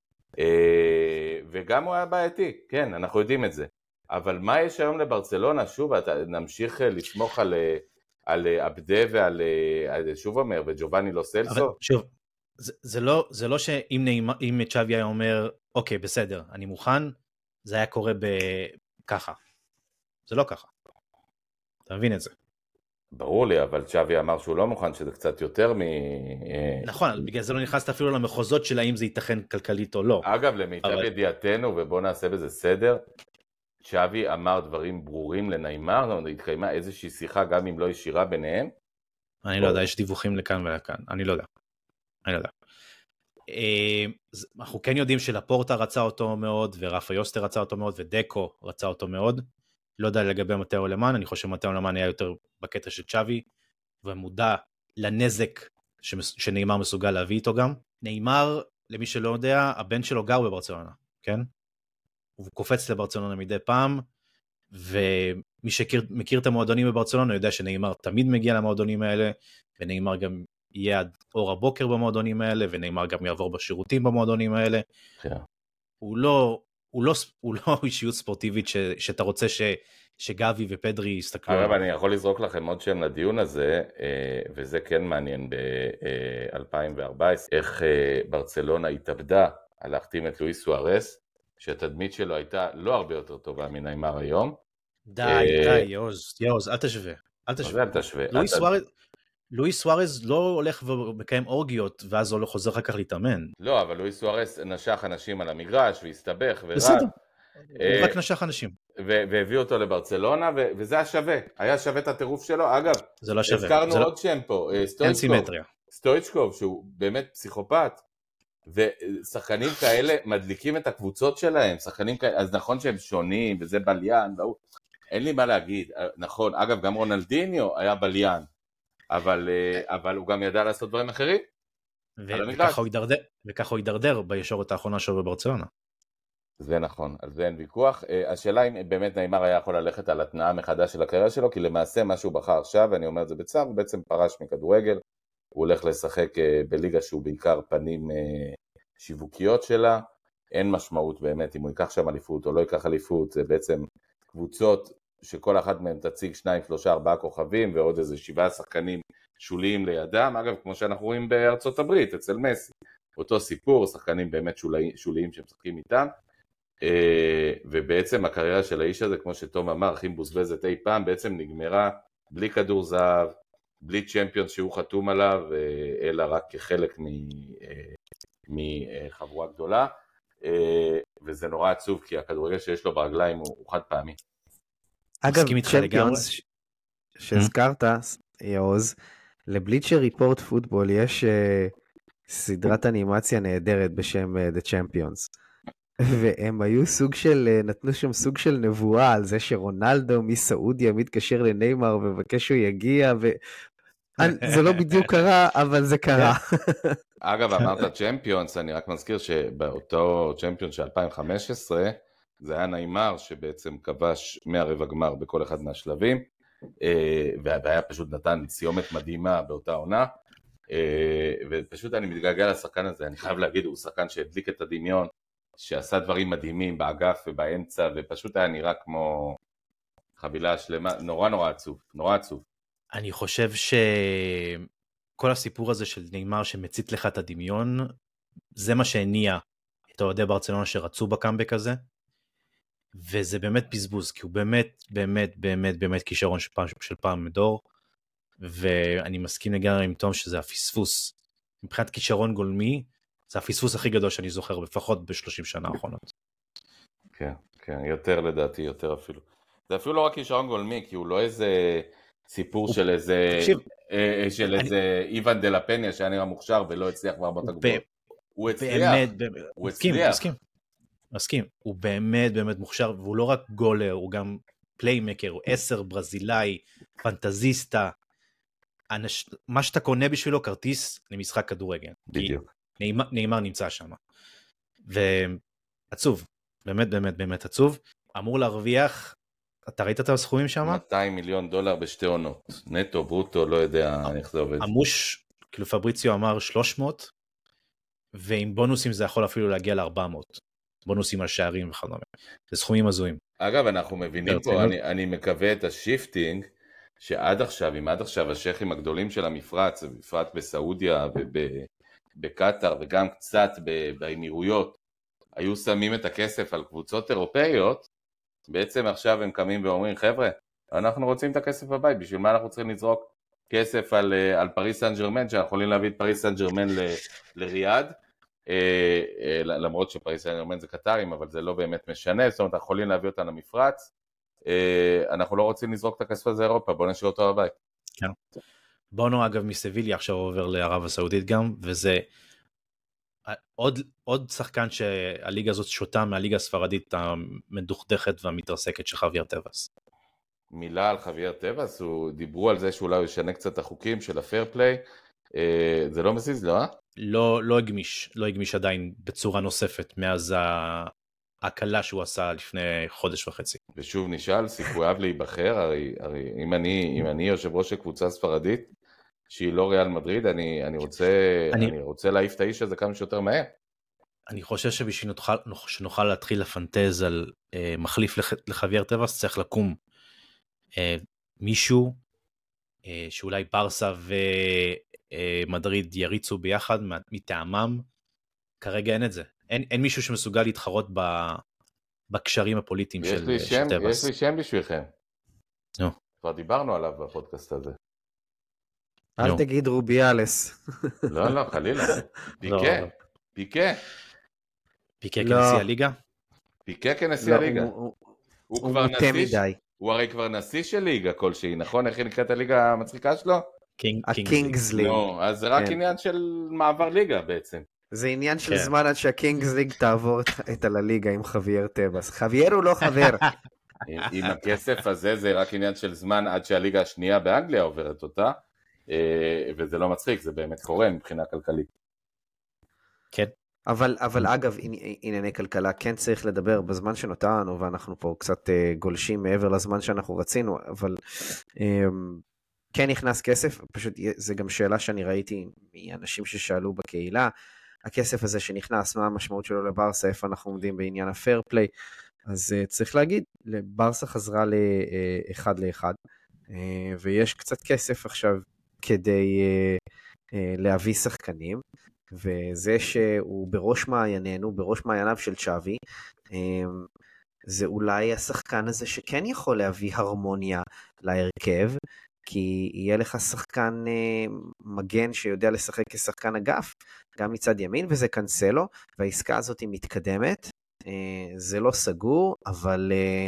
Speaker 1: וגם הוא היה בעייתי, כן, אנחנו יודעים את זה. אבל מה יש היום לברצלונה? שוב, אתה נמשיך לסמוך על, על אבדה ועל, שוב אומר, וג'ובאני לא סלסו?
Speaker 2: אבל שוב, זה, זה לא, זה לא שאם נעימה, אם צ'אבי היה אומר, אוקיי, בסדר, אני מוכן, זה היה קורה בככה. זה לא ככה. אתה מבין את זה?
Speaker 1: ברור לי, אבל צ'אבי אמר שהוא לא מוכן, שזה קצת יותר מ...
Speaker 2: נכון, בגלל זה לא נכנסת אפילו למחוזות של האם זה ייתכן כלכלית או לא.
Speaker 1: אגב, למיטב אבל... ידיעתנו, ובוא נעשה בזה סדר, צ'אבי אמר דברים ברורים לניימר, זאת אומרת, התקיימה איזושהי שיחה, גם אם לא ישירה ביניהם.
Speaker 2: אני לא יודע, יש דיווחים לכאן ולכאן, אני לא יודע. אני לא יודע. אנחנו כן יודעים שלפורטה רצה אותו מאוד, ורפה יוסטר רצה אותו מאוד, ודקו רצה אותו מאוד. לא יודע לגבי מתאו למאן, אני חושב מתאו למאן היה יותר בקטע של צ'אבי, ומודע לנזק שנאמר מסוגל להביא איתו גם. נאמר, למי שלא יודע, הבן שלו גר בברצלונה, כן? הוא קופץ לברצלונה מדי פעם, ומי שמכיר את המועדונים בברצלונה יודע שנאמר תמיד מגיע למועדונים האלה, ונאמר גם יהיה עד אור הבוקר במועדונים האלה, ונאמר גם יעבור בשירותים במועדונים האלה.
Speaker 1: כן.
Speaker 2: הוא לא... הוא לא, הוא לא אישיות ספורטיבית ש, שאתה רוצה ש, שגבי ופדרי יסתכלו.
Speaker 1: אבל אני יכול לזרוק לכם עוד שם לדיון הזה, וזה כן מעניין ב-אלפיים וארבע עשרה, איך ברצלונה התאבדה על להחתים את לואיס סוארס, שהתדמית שלו הייתה לא הרבה יותר טובה מניימר היום.
Speaker 2: די, די, יוז, יוז, אל תשווה. אל תשווה.
Speaker 1: אל תשווה.
Speaker 2: לואיס סוארס... לואיס סוארז לא הולך ומקיים אורגיות, ואז הוא לא חוזר אחר כך להתאמן.
Speaker 1: לא, אבל לואיס סוארז נשך אנשים על המגרש, והסתבך ורק.
Speaker 2: בסדר, הוא רק נשך אנשים.
Speaker 1: והביא אותו לברצלונה, וזה היה שווה. היה שווה את הטירוף שלו. אגב,
Speaker 2: זה לא שווה.
Speaker 1: הזכרנו עוד שם פה, סטויצ'קוב. סטויצ'קוב, שהוא באמת פסיכופת. ושחקנים כאלה מדליקים את הקבוצות שלהם, שחקנים כאלה, אז נכון שהם שונים, וזה בליין, אין לי מה להגיד. נכון, אגב, גם רונלדיניו היה בליין. אבל, אבל הוא גם ידע לעשות דברים אחרים.
Speaker 2: וככה הוא יידרדר, וככה הוא יידרדר בישורת האחרונה שלו בברצלונה.
Speaker 1: זה נכון, על זה אין ויכוח. השאלה אם באמת ניימר היה יכול ללכת על התנאה מחדש של הקריירה שלו, כי למעשה מה שהוא בחר עכשיו, ואני אומר את זה בצער, הוא בעצם פרש מכדורגל, הוא הולך לשחק בליגה שהוא בעיקר פנים שיווקיות שלה, אין משמעות באמת אם הוא ייקח שם אליפות או לא ייקח אליפות, זה בעצם קבוצות שכל אחת מהם תציג שניים, שלושה, ארבעה כוכבים, ועוד איזה שבעה שחקנים שוליים לידם, אגב, כמו שאנחנו רואים בארצות הברית, אצל מסי, אותו סיפור, שחקנים באמת שולי, שוליים שמשחקים איתם, ובעצם הקריירה של האיש הזה, כמו שתום אמר, הכי מבוזבזת אי פעם, בעצם נגמרה בלי כדור זהב, בלי צ'מפיונס שהוא חתום עליו, אלא רק כחלק מחבורה גדולה, וזה נורא עצוב, כי הכדורגל שיש לו ברגליים הוא חד פעמי.
Speaker 3: אגב, צ'מפיונס שהזכרת, יעוז, לבליצ'ר ריפורט פוטבול יש סדרת אנימציה נהדרת בשם The Champions. והם היו סוג של, נתנו שם סוג של נבואה על זה שרונלדו מסעודיה מתקשר לניימר ובקש שהוא יגיע, וזה לא בדיוק קרה, אבל זה קרה.
Speaker 1: אגב, אמרת צ'מפיונס, אני רק מזכיר שבאותו צ'מפיונס של אלפיים וחמש עשרה, זה היה ניימר שבעצם כבש מהרבע גמר בכל אחד מהשלבים, והיה פשוט נתן סיומת מדהימה באותה עונה, ופשוט אני מתגעגע לשחקן הזה, אני חייב להגיד, הוא שחקן שהדליק את הדמיון, שעשה דברים מדהימים באגף ובאמצע, ופשוט היה נראה כמו חבילה שלמה, נורא נורא עצוב, נורא עצוב.
Speaker 2: אני חושב שכל הסיפור הזה של ניימר שמצית לך את הדמיון, זה מה שהניע את אוהדי ברצלונה שרצו בקאמבק הזה, וזה באמת בזבוז, כי הוא באמת, באמת, באמת, באמת כישרון של פעם, של פעם מדור, ואני מסכים לגמרי עם תום שזה הפספוס, מבחינת כישרון גולמי, זה הפספוס הכי גדול שאני זוכר, לפחות ב-שלושים שנה האחרונות.
Speaker 1: כן, כן, יותר לדעתי, יותר אפילו. זה אפילו לא רק כישרון גולמי, כי הוא לא איזה סיפור של איזה, של איזה איוון דה לפניה, שהיה נראה מוכשר ולא הצליח ברמות הגבוהות. הוא הצליח, הוא הצליח. מסכים,
Speaker 2: מסכים. הוא באמת באמת מוכשר, והוא לא רק גולר, הוא גם פליימקר, הוא עשר ברזילאי, פנטזיסטה, מה שאתה קונה בשבילו כרטיס למשחק כדורגל.
Speaker 1: בדיוק.
Speaker 2: ניימר נמצא שם. ועצוב, באמת באמת באמת עצוב. אמור להרוויח, אתה ראית את הסכומים שם?
Speaker 1: מאתיים מיליון דולר בשתי עונות. נטו, ברוטו, לא יודע איך זה עובד.
Speaker 2: עמוש, כאילו פבריציו אמר שלוש מאות, ועם בונוסים זה יכול אפילו להגיע ל-ארבע מאות. בונוסים על שערים וכדומה. זה סכומים הזויים.
Speaker 1: אגב, אנחנו מבינים פה, אני, אני מקווה את השיפטינג, שעד עכשיו, אם עד עכשיו השייכים הגדולים של המפרץ, בפרט בסעודיה ובקטר, וגם קצת באמירויות, היו שמים את הכסף על קבוצות אירופאיות, בעצם עכשיו הם קמים ואומרים, חבר'ה, אנחנו רוצים את הכסף בבית, בשביל מה אנחנו צריכים לזרוק כסף על, על פריס סן ג'רמן, שאנחנו יכולים להביא את פריס סן ג'רמן ל, לריאד, אה, אה, למרות שפריס סן ג'רמן זה קטרים, אבל זה לא באמת משנה, זאת אומרת, אנחנו יכולים להביא אותה למפרץ, אה, אנחנו לא רוצים לזרוק את הכסף הזה לאירופה, בואו נשאיר אותו בבית.
Speaker 2: כן. בונו אגב מסביליה עכשיו עובר לערב הסעודית גם, וזה עוד, עוד שחקן שהליגה הזאת שותה מהליגה הספרדית המדוכדכת והמתרסקת של חוויאר טבעס.
Speaker 1: מילה על חוויאר טבעס, הוא דיברו על זה שאולי הוא ישנה קצת החוקים של הפייר פליי, אה, זה לא מזיז, לא?
Speaker 2: לא, לא הגמיש, לא הגמיש עדיין בצורה נוספת מאז ההקלה שהוא עשה לפני חודש וחצי.
Speaker 1: ושוב נשאל, סיכוייו להיבחר, הרי, הרי אם אני, אם אני יושב ראש הקבוצה הספרדית, שהיא לא ריאל מדריד, אני, אני רוצה, אני... אני רוצה להעיף את האיש הזה כמה שיותר מהר.
Speaker 2: אני חושב שבשביל נוכל, שנוכל להתחיל לפנטז על אה, מחליף לח, לחוויאר טבעס, צריך לקום אה, מישהו אה, שאולי ברסה ומדריד יריצו ביחד מטעמם. כרגע אין את זה. אין, אין מישהו שמסוגל להתחרות ב, בקשרים הפוליטיים של, של טבעס.
Speaker 1: יש לי שם בשבילכם.
Speaker 2: נו.
Speaker 1: כבר דיברנו עליו בפודקאסט הזה.
Speaker 3: אל תגיד רוביאלס.
Speaker 1: לא, לא, חלילה. פיקה, פיקה.
Speaker 2: פיקה כנשיא הליגה?
Speaker 1: פיקה כנשיא הליגה. הוא כבר נשיא, הוא הרי כבר נשיא של ליגה כלשהי, נכון? איך היא נקראת הליגה המצחיקה שלו?
Speaker 3: הקינגס ליג.
Speaker 1: אז זה רק עניין של מעבר ליגה בעצם.
Speaker 3: זה עניין של זמן עד שהקינגס ליג תעבור את הליגה עם חוויאר טבעס. חוויאר הוא לא חבר.
Speaker 1: עם הכסף הזה זה רק עניין של זמן עד שהליגה השנייה באנגליה עוברת אותה. וזה לא מצחיק, זה באמת קורה מבחינה כלכלית.
Speaker 2: כן.
Speaker 3: אבל, אבל אגב, ענייני כלכלה כן צריך לדבר בזמן שנותר לנו, ואנחנו פה קצת גולשים מעבר לזמן שאנחנו רצינו, אבל כן נכנס כסף, פשוט זה גם שאלה שאני ראיתי מאנשים ששאלו בקהילה, הכסף הזה שנכנס, מה המשמעות שלו לברסה, איפה אנחנו עומדים בעניין הפייר פליי, אז צריך להגיד, ברסה חזרה לאחד לאחד, ויש קצת כסף עכשיו, כדי uh, uh, להביא שחקנים, וזה שהוא בראש מעיינינו, בראש מעייניו של צ'אבי, um, זה אולי השחקן הזה שכן יכול להביא הרמוניה להרכב, כי יהיה לך שחקן מגן שיודע לשחק כשחקן אגף, גם מצד ימין, וזה קנסלו, והעסקה הזאת היא מתקדמת, זה לא סגור, אבל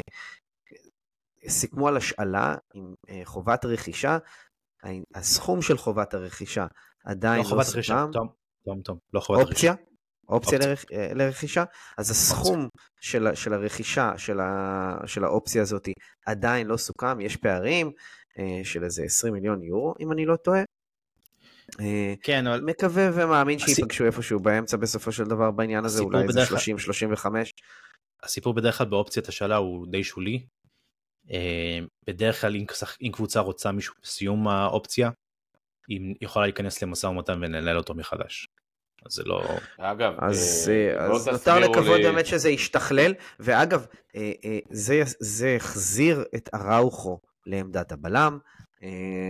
Speaker 3: סיכמו על השאלה עם חובת רכישה, הסכום של חובת הרכישה עדיין לא סוכם.
Speaker 2: טוב, טוב, טוב, לא חובת
Speaker 3: אופציה? אופציה לרכישה? אז הסכום של, של הרכישה של, ה, של האופציה הזאת עדיין לא סוכם, יש פערים של איזה עשרים מיליון יורו, אם אני לא טועה.
Speaker 2: כן, אבל...
Speaker 3: מקווה ומאמין שיפגשו איפשהו באמצע בסופו של דבר בעניין הזה, אולי איזה שלושים שלושים וחמש.
Speaker 2: הסיפור בדרך כלל באופציית השאלה הוא די שולי. בדרך כלל אם קבוצה רוצה מישהו בסיום האופציה, היא יכולה להיכנס למשא ומתן וננהל אותו מחדש. אז זה לא...
Speaker 1: אגב,
Speaker 3: אז, אה, אז נותר לקוות לי... באמת שזה ישתכלל, ואגב, אה, אה, זה, זה החזיר את אראוחו לעמדת הבלם, אה,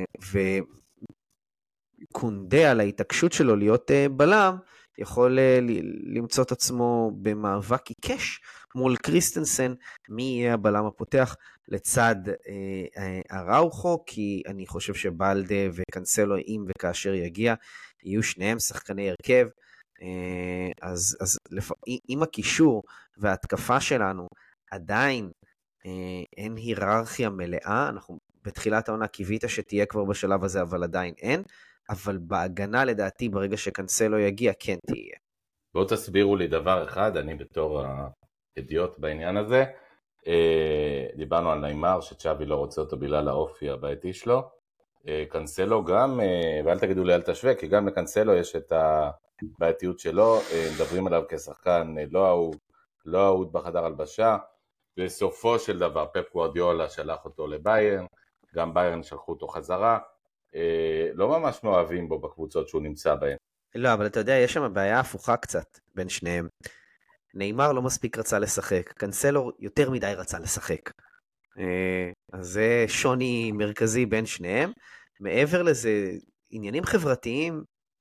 Speaker 3: וקונדה על ההתעקשות שלו להיות אה, בלם, יכול אה, למצוא את עצמו במאבק עיקש מול קריסטנסן, מי יהיה הבלם הפותח לצד אה, אה, אראוחו, כי אני חושב שבלדה וקנסלו, אם וכאשר יגיע, יהיו שניהם שחקני הרכב, אז, אז לפ... עם הקישור וההתקפה שלנו עדיין אין היררכיה מלאה, אנחנו בתחילת העונה קיווית שתהיה כבר בשלב הזה, אבל עדיין אין, אבל בהגנה לדעתי ברגע שקנסלו יגיע כן תהיה.
Speaker 1: בואו תסבירו לי דבר אחד, אני בתור האדיוט בעניין הזה, דיברנו על ניימר שצ'אבי לא רוצה אותו בגלל האופי הבעייתי שלו, קנסלו גם, ואל תגידו לי אל תשווה, כי גם לקנסלו יש את הבעייתיות שלו, מדברים עליו כשחקן לא אהוד, לא אהוד בחדר הלבשה, בסופו של דבר פפ גוארדיולה שלח אותו לביירן, גם ביירן שלחו אותו חזרה, לא ממש מאוהבים בו בקבוצות שהוא נמצא בהן.
Speaker 3: לא, אבל אתה יודע, יש שם בעיה הפוכה קצת בין שניהם. ניימר לא מספיק רצה לשחק, קנסלו יותר מדי רצה לשחק. אז זה שוני מרכזי בין שניהם. מעבר לזה, עניינים חברתיים,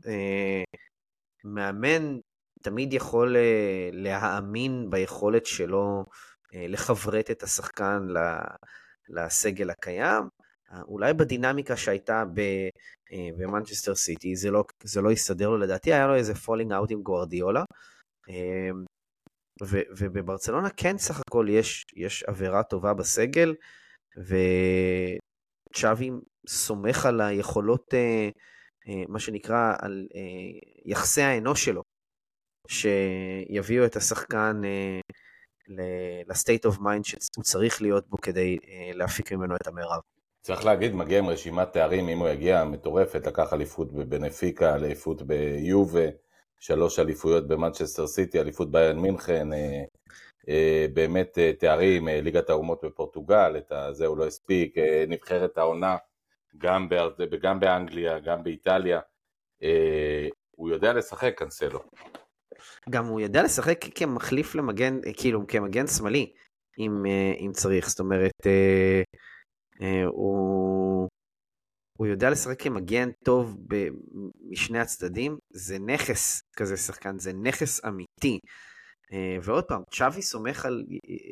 Speaker 3: מאמן תמיד יכול להאמין ביכולת שלו לחברת את השחקן לסגל הקיים. אולי בדינמיקה שהייתה במנצ'סטר סיטי, זה לא, זה לא יסתדר לו, לדעתי היה לו איזה פולינג אאוט עם גוארדיולה, ו, ובברצלונה כן סך הכל יש, יש עבירה טובה בסגל, וצ'אבי סומך על היכולות, מה שנקרא, על יחסי האנוש שלו, שיביאו את השחקן לסטייט אוף מיינד שהוא צריך להיות בו כדי להפיק ממנו את המרב.
Speaker 1: צריך להגיד, מגיע עם רשימת תארים, אם הוא יגיע מטורפת, לקח אליפות בבנפיקה, אליפות ביובה, שלוש אליפויות במנצ'סטר סיטי, אליפות ביירן מינכן, אה, אה, באמת אה, תארים, אה, ליגת האומות בפורטוגל, את זה הוא לא הספיק, אה, נבחרת העונה, גם, בארצ... גם באנגליה, גם באיטליה, אה, הוא יודע לשחק קנסלו.
Speaker 3: גם הוא יודע לשחק כמחליף למגן, כאילו כמגן שמאלי, אם, אם צריך, זאת אומרת, אה, אה, הוא... הוא יודע לשחק כמגן טוב משני הצדדים, זה נכס כזה שחקן, זה נכס אמיתי. ועוד פעם, צ'אבי סומך על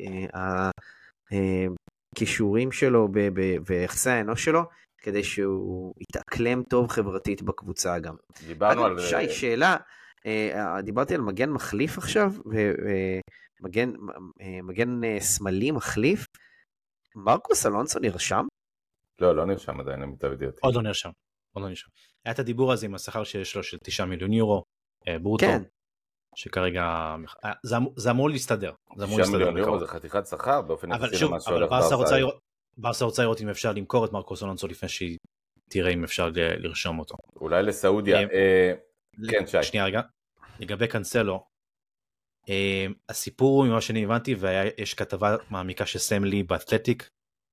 Speaker 3: הכישורים שלו ויחסי האנוש שלו, כדי שהוא יתאקלם טוב חברתית בקבוצה גם.
Speaker 1: דיברנו על...
Speaker 3: שי, שאלה, דיברתי על מגן מחליף עכשיו, ומגן מגן שמאלי מחליף, מרקוס אלונסו נרשם?
Speaker 1: לא, לא נרשם עדיין, למיטב ידיעתי.
Speaker 2: עוד לא נרשם, עוד לא נרשם. היה את הדיבור הזה עם השכר שיש לו של תשעה מיליון יורו, ברוטו,
Speaker 3: כן.
Speaker 2: שכרגע, זה אמור להסתדר.
Speaker 1: תשעה מיליון יורו זה חתיכת שכר, באופן
Speaker 2: יחסי למה שהולך ברסה רוצה לראות אם אפשר למכור את מרקוס אלונסו, לפני שהיא תראה אם אפשר לרשום אותו.
Speaker 1: אולי לסעודיה, כן שי.
Speaker 2: שנייה רגע, לגבי קנסלו, הסיפור ממה שאני הבנתי, ויש כתבה מעמיקה שסם לי באתלטיק,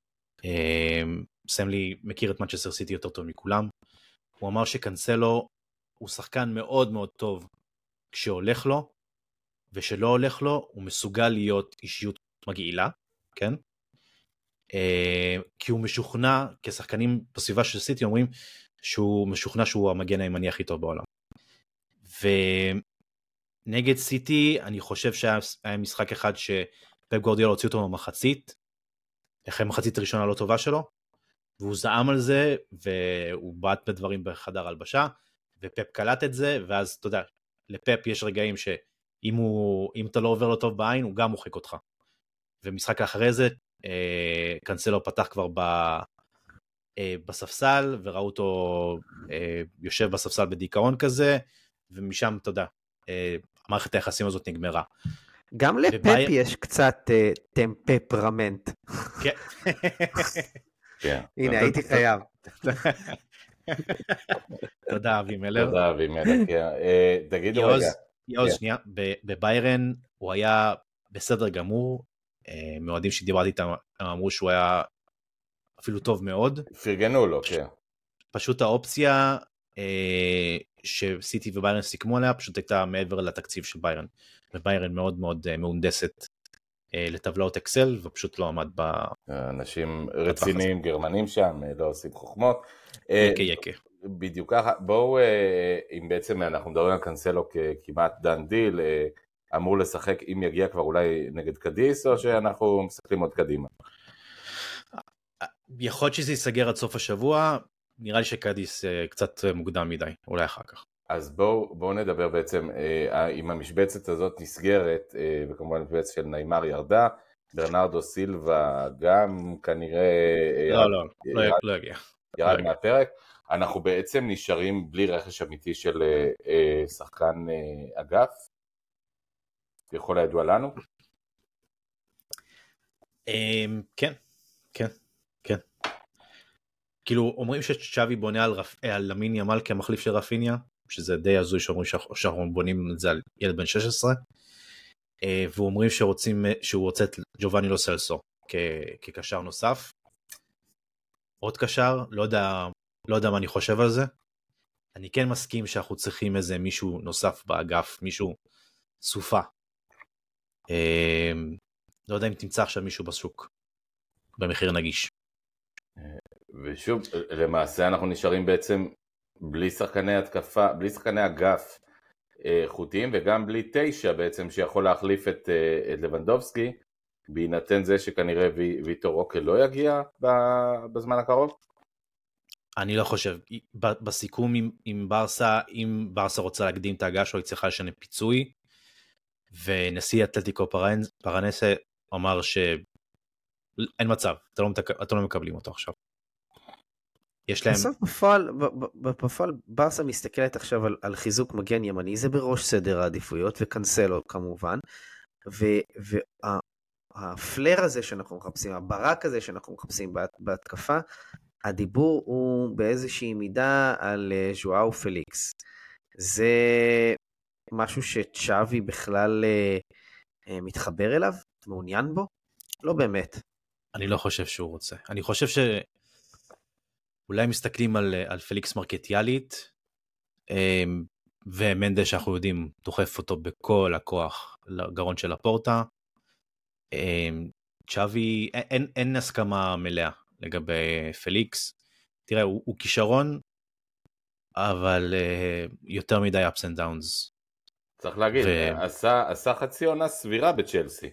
Speaker 2: סמלי מכיר את מנצ'סטר סיטי יותר טוב מכולם, הוא אמר שקנסלו הוא שחקן מאוד מאוד טוב כשהולך לו, ושלא הולך לו הוא מסוגל להיות אישיות מגעילה, כן? כי הוא משוכנע, כשחקנים בסביבה של סיטי אומרים שהוא משוכנע שהוא המגן הימני הכי טוב בעולם. ונגד סיטי אני חושב שהיה משחק אחד שפפ גוארדיולה הוציא אותו במחצית, אחרי מחצית ראשונה לא טובה שלו, והוא זעם על זה, והוא בעט בדברים בחדר הלבשה, ופפ קלט את זה, ואז אתה יודע, לפפ יש רגעים שאם הוא, אם אתה לא עובר לו טוב בעין, הוא גם מוחק אותך. ומשחק אחרי זה, אה, קנסלו פתח כבר ב, אה, בספסל, וראו אותו אה, יושב בספסל בדיכאון כזה, ומשם, אתה יודע, אה, המערכת היחסים הזאת נגמרה.
Speaker 3: גם לפפ
Speaker 2: ובייר...
Speaker 3: יש קצת אה, טמפרמנט.
Speaker 2: כן.
Speaker 1: כן.
Speaker 3: הנה, הייתי חייב.
Speaker 2: תודה, אבי מלר.
Speaker 1: תודה, אבי מלר. תגידו רגע.
Speaker 2: יוז, שנייה, בביירן הוא היה בסדר גמור, מאוהדים שדיברתי איתם אמרו שהוא היה אפילו טוב מאוד.
Speaker 1: פרגנו לו, כן.
Speaker 2: פשוט האופציה שסיטי וביירן סיכמו עליה, פשוט הייתה מעבר לתקציב של ביירן. וביירן מאוד מאוד מהונדסת לטבלאות אקסל, ופשוט לא עמד ב...
Speaker 1: אנשים רציניים גרמנים שם, לא עושים חוכמות.
Speaker 2: יקה יקה.
Speaker 1: בדיוק ככה, בואו, אם בעצם אנחנו מדברים על קנסלו ככמעט דן דיל, אמור לשחק אם יגיע כבר אולי נגד קדיס, או שאנחנו מסתכלים עוד קדימה?
Speaker 2: יכול להיות שזה ייסגר עד סוף השבוע, נראה לי שקדיס קצת מוקדם מדי, אולי אחר כך.
Speaker 1: אז בואו בוא נדבר בעצם, אם המשבצת הזאת נסגרת, וכמובן המשבצת של ניימר ירדה, ברנרדו סילבה גם כנראה...
Speaker 2: לא, לא, לא, ירד, לא יגיע.
Speaker 1: ירד לא מהפרק. אנחנו בעצם נשארים בלי רכש אמיתי של שחקן אגף, יכול הידוע לנו?
Speaker 2: כן, כן, כן. כאילו אומרים שצ'אבי בונה על, רפ... על למין ימל כמחליף של רפיניה, שזה די הזוי שאומרים שאנחנו בונים את זה על ילד בן שש עשרה, ואומרים שרוצים, שהוא רוצה את ג'ובאני לו סלסו כ... כקשר נוסף. עוד קשר, לא יודע, לא יודע מה אני חושב על זה. אני כן מסכים שאנחנו צריכים איזה מישהו נוסף באגף, מישהו סופה. לא יודע אם תמצא עכשיו מישהו בשוק, במחיר נגיש.
Speaker 1: ושוב, למעשה אנחנו נשארים בעצם בלי שחקני התקפה, בלי שחקני אגף איכותיים, וגם בלי תשע בעצם שיכול להחליף את, את לבנדובסקי, בהינתן זה שכנראה ויטור רוקה לא יגיע בזמן הקרוב?
Speaker 2: אני לא חושב. בסיכום עם, עם ברסה, אם ברסה רוצה להקדים את ההגעה שלו, היא צריכה לשנה פיצוי, ונשיא אתלטיקו פרנסה אמר שאין מצב, אתם לא, אתם לא מקבלים אותו עכשיו. יש להם... בסוף
Speaker 3: בפועל, בפועל ברסה מסתכלת עכשיו על, על חיזוק מגן ימני, זה בראש סדר העדיפויות, וקנסלו כמובן, והפלר הזה שאנחנו מחפשים, הברק הזה שאנחנו מחפשים בהתקפה, הדיבור הוא באיזושהי מידה על ז'ואאו פליקס. זה משהו שצ'אבי בכלל מתחבר אליו, מעוניין בו? לא באמת.
Speaker 2: אני לא חושב שהוא רוצה. אני חושב ש... אולי מסתכלים על, על פליקס מרקטיאלית, ומנדה שאנחנו יודעים, דוחף אותו בכל הכוח לגרון של הפורטה. צ'אבי, אין, אין הסכמה מלאה לגבי פליקס. תראה, הוא, הוא כישרון, אבל יותר מדי ups and downs.
Speaker 1: צריך להגיד, ו... עשה, עשה חצי עונה סבירה בצ'לסי.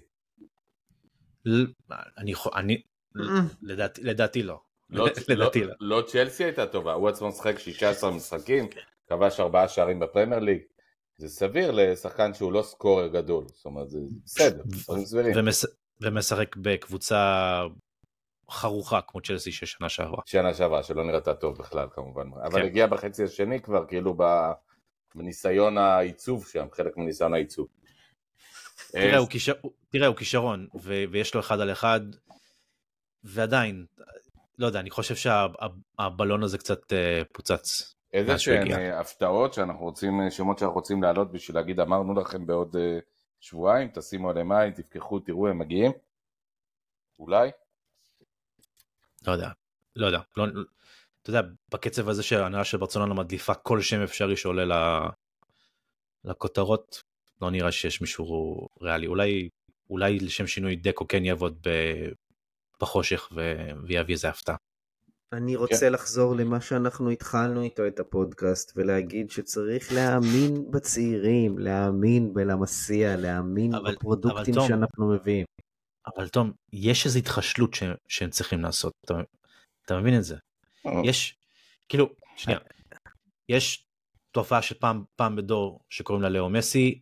Speaker 2: אני, אני, לדעתי, לדעתי לא.
Speaker 1: לא, לא, לא צ'לסי הייתה טובה, הוא עצמו משחק שישה עשר משחקים, כבש ארבעה שערים בפרמייר ליג, זה סביר לשחקן שהוא לא סקורר גדול, זאת אומרת זה בסדר, דברים סבירים.
Speaker 2: ומש, ומשחק בקבוצה חרוכה כמו צ'לסי ששנה שעברה.
Speaker 1: שנה שעברה, שלא נראתה טוב בכלל כמובן, אבל כן. הגיע בחצי השני כבר כאילו בניסיון העיצוב שם, חלק מניסיון העיצוב.
Speaker 2: תראה, הוא, כישר, תראה, הוא כישרון, ו, ויש לו אחד על אחד, ועדיין... לא יודע, אני חושב שהבלון הזה קצת פוצץ.
Speaker 1: איזה שהן הפתעות שאנחנו רוצים, שמות שאנחנו רוצים להעלות בשביל להגיד, אמרנו לכם בעוד שבועיים, תשימו עליהם עין, תפקחו, תראו, הם מגיעים? אולי?
Speaker 2: לא יודע, לא יודע. לא, אתה יודע, בקצב הזה שההנהלה של ברצלונה מדליפה כל שם אפשרי שעולה לכותרות, לא נראה שיש מישהו ריאלי. אולי, אולי לשם שינוי דקו כן יעבוד ב... בחושך ויביא איזה הפתעה.
Speaker 3: אני רוצה לחזור למה שאנחנו התחלנו איתו את הפודקאסט, ולהגיד שצריך להאמין בצעירים, להאמין בלמסיע, להאמין בפרודוקטים שאנחנו מביאים.
Speaker 2: אבל תום, יש איזו התחשלות שהם צריכים לעשות. אתה מבין את זה? יש, כאילו, שנייה, יש תופעה של פעם, פעם בדור שקוראים לה לאו מסי,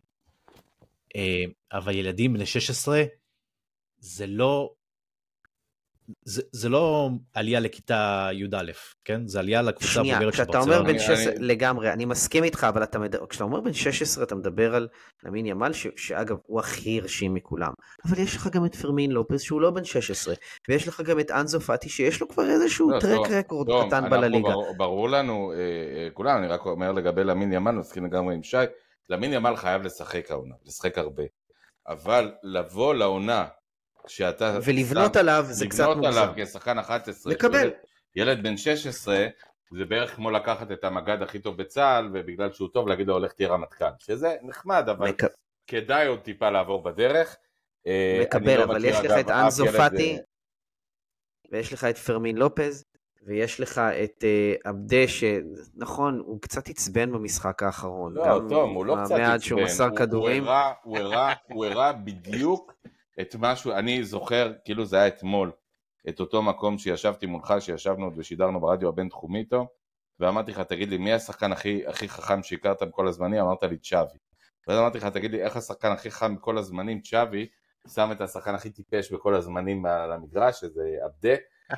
Speaker 2: אבל ילדים בני שש עשרה, זה לא, זה, זה לא עלייה לכיתה י"א, כן? זה עלייה לקבוצה הבוגרת של ברצלונה.
Speaker 3: כשאתה אומר בן שש עשרה, לגמרי, אני מסכים איתך, אבל אתה מדבר, כשאתה אומר בן שש עשרה, אתה מדבר על למין ימל, ש, שאגב, הוא הכי הרשים מכולם. אבל יש לך גם את פרמין לופס, שהוא לא בן שש עשרה, ויש לך גם את אנזו פאטי, שיש לו כבר איזשהו לא, טרק טוב, רקורד טוב, קטן בלליגה.
Speaker 1: ברור, ברור לנו, אה, אה, כולם, אני רק אומר לגבי למין ימל, מסכים לגמרי עם שי, למין ימל חייב לשחק העונה, לשחק הרבה. אבל לבוא לעונה, שאתה
Speaker 3: ולבנות
Speaker 1: שם,
Speaker 3: עליו זה קצת מוגזם.
Speaker 1: לבנות עליו כשחקן אחת עשרה,
Speaker 3: לקבל.
Speaker 1: ילד, ילד בן שש עשרה, זה בערך כמו לקחת את המגד הכי טוב בצה"ל, ובגלל שהוא טוב להגיד לו הולך תהיה רמטכ"ל, שזה נחמד, אבל מק... כדאי עוד טיפה לעבור בדרך.
Speaker 3: מקבל, לא אבל יש לך את אנזו פאטי, ויש לך את פרמין לופז, ויש לך את עבדה, שנכון, הוא קצת עצבן במשחק האחרון.
Speaker 1: לא, טוב, הוא לא קצת עצבן, הוא הראה בדיוק את משהו, אני זוכר, כאילו זה היה אתמול, את אותו מקום שישבתי מולך, שישבנו ושידרנו ברדיו הבינתחומי איתו, ואמרתי לך, תגיד לי, מי השחקן הכי, הכי חכם שהכרת בכל הזמנים? אמרת לי, צ'אבי. ואז אמרתי לך, תגיד לי, איך השחקן הכי חכם בכל הזמנים? צ'אבי שם את השחקן הכי טיפש בכל הזמנים על המגרש, שזה עבדה.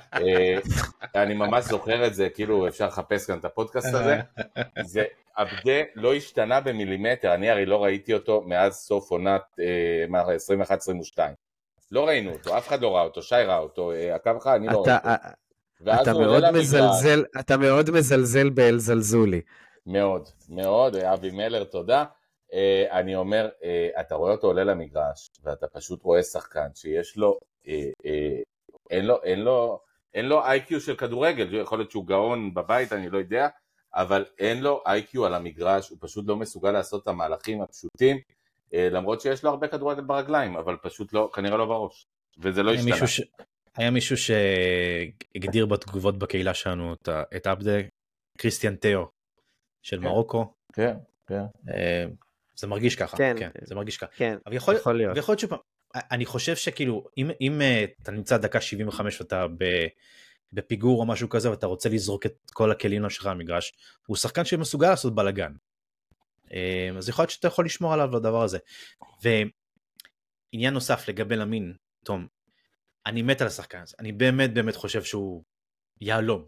Speaker 1: אני ממש זוכר את זה, כאילו אפשר לחפש כאן את הפודקאסט הזה. זה עבדה לא השתנה במילימטר, אני הרי לא ראיתי אותו מאז סוף עונת עשרים ואחת עשרים ושתיים. לא ראינו אותו, אף אחד לא ראה אותו, שי ראה אותו, עקב לך, אני לא ראיתי אותו.
Speaker 3: אתה מאוד מזלזל, אתה מאוד מזלזל באל זלזולי.
Speaker 1: מאוד, מאוד, אבי מלר, תודה. אני אומר, אתה רואה אותו עולה למגרש, ואתה פשוט רואה שחקן שיש לו, אין לו, אין לו, אין לו איי קיו של כדורגל, יכול להיות שהוא גאון בבית, אני לא יודע, אבל אין לו איי קיו על המגרש, הוא פשוט לא מסוגל לעשות את המהלכים הפשוטים, למרות שיש לו הרבה כדורגל ברגליים, אבל פשוט לא, כנראה לא בראש, וזה לא השתנה.
Speaker 2: ש... היה מישהו שהגדיר בתגובות בקהילה שלנו את, את עבדה, קריסטיאן תאו של כן. מרוקו.
Speaker 1: כן, כן.
Speaker 2: זה מרגיש ככה,
Speaker 3: כן,
Speaker 2: כן, זה מרגיש ככה.
Speaker 3: כן,
Speaker 2: אבל יכול,
Speaker 3: יכול להיות.
Speaker 2: ויכול להיות שפעם, אני חושב שכאילו, אם, אם אתה נמצא דקה שבעים וחמש ואתה בפיגור או משהו כזה, ואתה רוצה לזרוק את כל הכלים שלך למגרש, הוא שחקן שמסוגל לעשות בלגן. אז יכול להיות שאתה יכול לשמור עליו לדבר הזה. ועניין נוסף לגבי למין, תום, אני מת על השחקן הזה, אני באמת באמת חושב שהוא יעלום.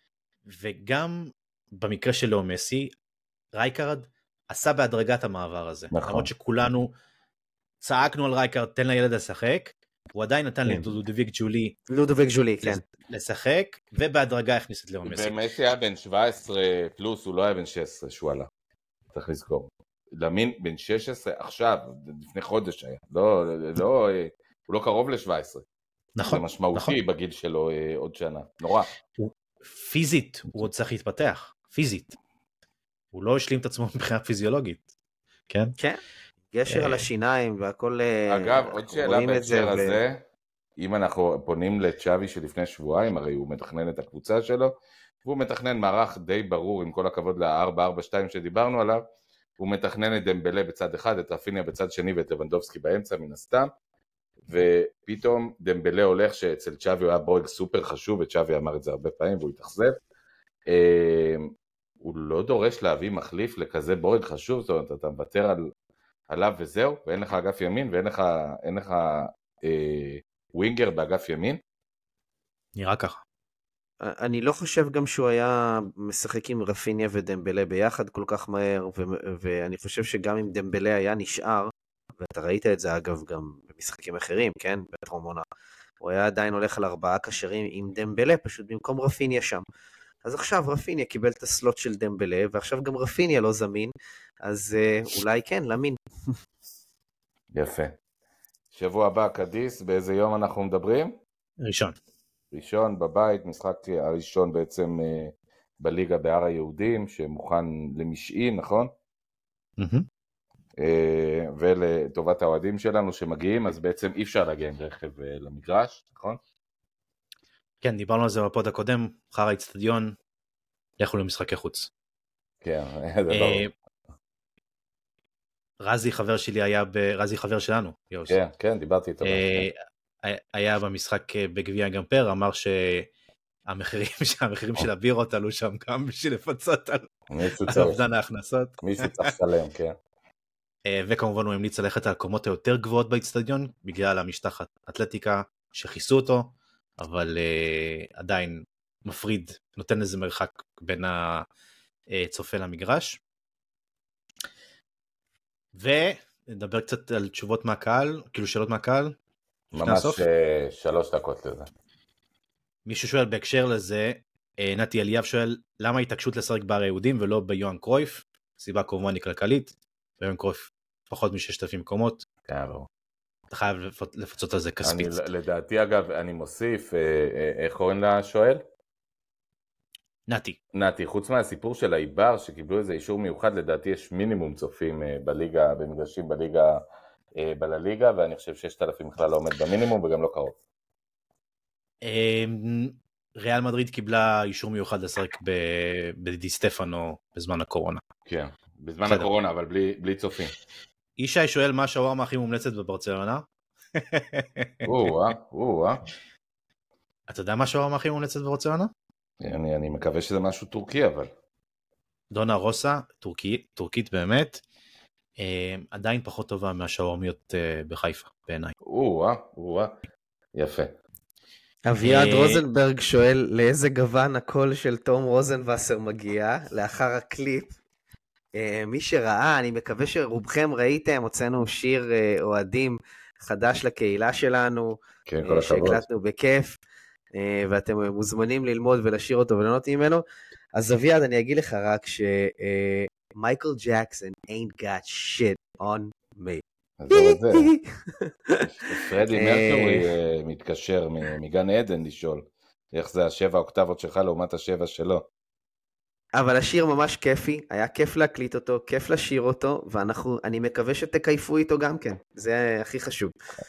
Speaker 2: וגם במקרה של לאו מסי, רייקארד עשה בהדרגת המעבר הזה.
Speaker 1: נכון.
Speaker 2: למרות שכולנו צעקנו על רייקארד, תן לילד לשחק, הוא עדיין נתן כן. ללודוביק ג'ולי,
Speaker 3: לודוביק ג'ולי, כן.
Speaker 2: לשחק, ובהדרגה הכניס את לאו מסי.
Speaker 1: ומסי היה בן שבע עשרה פלוס, הוא לא היה בן שש עשרה שהוא עלה. צריך לזכור. למין בן שש עשרה עכשיו, לפני חודש היה. לא, לא, הוא לא קרוב ל-שבע עשרה.
Speaker 2: נכון.
Speaker 1: זה משמעותי
Speaker 2: נכון.
Speaker 1: בגיל שלו עוד שנה. נורא.
Speaker 2: הוא, פיזית, הוא עוד צריך להתפתח. פיזית. הוא לא השלים את עצמו מבחינה פיזיולוגית. כן?
Speaker 3: כן. גשר על השיניים והכל...
Speaker 1: אגב, עוד שאלה בהקשר הזה, אם אנחנו פונים לצ'אבי שלפני שבועיים, הרי הוא מתכנן את הקבוצה שלו, והוא מתכנן מערך די ברור, עם כל הכבוד ל-ארבע ארבע שתיים שדיברנו עליו, הוא מתכנן את דמבלה בצד אחד, את רפיניה בצד שני ואת לבנדובסקי באמצע מן הסתם, ופתאום דמבלה הולך שאצל צ'אבי הוא היה בורג סופר חשוב, וצ'אבי אמר את זה הרבה פעמים והוא התאכזב, הוא לא דורש להביא מחליף לכזה בורג חשוב, זאת אומרת, אתה מוותר על, עליו וזהו, ואין לך אגף ימין, ואין לך, אין לך אה, ווינגר באגף ימין?
Speaker 2: נראה ככה.
Speaker 3: אני לא חושב גם שהוא היה משחק עם רפיניה ודמבלה ביחד כל כך מהר, ו- ואני חושב שגם אם דמבלה היה נשאר, ואתה ראית את זה אגב גם במשחקים אחרים, כן? בטרום עונה, הוא היה עדיין הולך על ארבעה קשרים עם דמבלה, פשוט במקום רפיניה שם. אז עכשיו רפיניה קיבל את הסלוט של דמבלה, ועכשיו גם רפיניה לא זמין, אז uh, אולי כן, למין.
Speaker 1: יפה. שבוע הבא, קדיס, באיזה יום אנחנו מדברים?
Speaker 2: ראשון.
Speaker 1: ראשון בבית, משחק הראשון בעצם uh, בליגה בהר היהודים, שמוכן למשעין, נכון?
Speaker 2: Mm-hmm.
Speaker 1: Uh, ולטובת האוהדים שלנו שמגיעים, אז בעצם אי אפשר להגיע עם רכב uh, למגרש, נכון?
Speaker 2: כן, דיברנו על זה בפוד הקודם, אחר האצטדיון, לכו למשחקי חוץ.
Speaker 1: כן, זה ברור.
Speaker 2: רזי חבר שלי היה, ב... רזי חבר שלנו, יוס.
Speaker 1: כן, כן, דיברתי איתו.
Speaker 2: היה במשחק בגביע הגמפר, אמר המחירים, המחירים של הבירות עלו שם גם בשביל לפצות על
Speaker 1: מישהו
Speaker 2: על
Speaker 1: צריך,
Speaker 2: אובדן ההכנסות.
Speaker 1: מישהו צריך לשלם, כן.
Speaker 2: אה, וכמובן הוא המליץ ללכת על הקומות היותר גבוהות באצטדיון, בגלל המשטח האתלטיקה שכיסו אותו, אבל uh, עדיין מפריד, נותן איזה מרחק בין הצופה למגרש. ונדבר קצת על תשובות מהקהל, כאילו שאלות מהקהל.
Speaker 1: ממש uh, שלוש דקות לזה.
Speaker 2: מישהו שואל בהקשר לזה, uh, נתי אליאב שואל, למה התעקשות לשחק בערי היהודים ולא ביוהאן קרויף? סיבה כמובן היא כלכלית, ביוהאן קרויף פחות מ-ששת אלפים מקומות.
Speaker 1: כן, ברור.
Speaker 2: אתה חייב לפצות על זה כספית.
Speaker 1: אני, לדעתי אגב, אני מוסיף, איך קוראים לה שואל?
Speaker 2: נתי.
Speaker 1: נתי, חוץ מהסיפור של העיבר שקיבלו איזה אישור מיוחד, לדעתי יש מינימום צופים בליגה, במגרשים בליגה, בלליגה, ואני חושב ששת אלפים בכלל לא עומד במינימום וגם לא קרוב.
Speaker 2: ריאל מדריד קיבלה אישור מיוחד לשחק בדי סטפנו בזמן הקורונה.
Speaker 1: כן, בזמן הקורונה, אבל בלי, בלי צופים.
Speaker 2: אישי שואל מה השווארמה הכי מומלצת בברצלונה?
Speaker 1: או-אה, או-אה.
Speaker 2: אתה יודע מה השווארמה הכי מומלצת בברצלונה?
Speaker 1: אני, אני מקווה שזה משהו טורקי, אבל.
Speaker 2: דונה רוסה, טורקי, טורקית באמת, אה, עדיין פחות טובה מהשווארמיות אה, בחיפה, בעיניי.
Speaker 1: או-אה, או-אה. יפה.
Speaker 3: אביעד רוזנברג שואל לאיזה גוון הקול של תום רוזנווסר מגיע לאחר הקליפ. מי שראה, אני מקווה שרובכם ראיתם, הוצאנו שיר אוהדים חדש לקהילה שלנו,
Speaker 1: כן, כל הכבוד.
Speaker 3: שהקלטנו בכיף, ואתם מוזמנים ללמוד ולשיר אותו ולנות ממנו. אז אביעד, אני אגיד לך רק שמייקל ג'קסון ain't got shit on me.
Speaker 1: עזוב את זה. פרדי מרקורי מתקשר מגן עדן לשאול, איך זה השבע אוקטבות שלך לעומת השבע שלו.
Speaker 3: אבל השיר ממש כיפי, היה כיף להקליט אותו, כיף לשיר אותו, ואנחנו, אני מקווה שתקייפו איתו גם כן, זה הכי חשוב.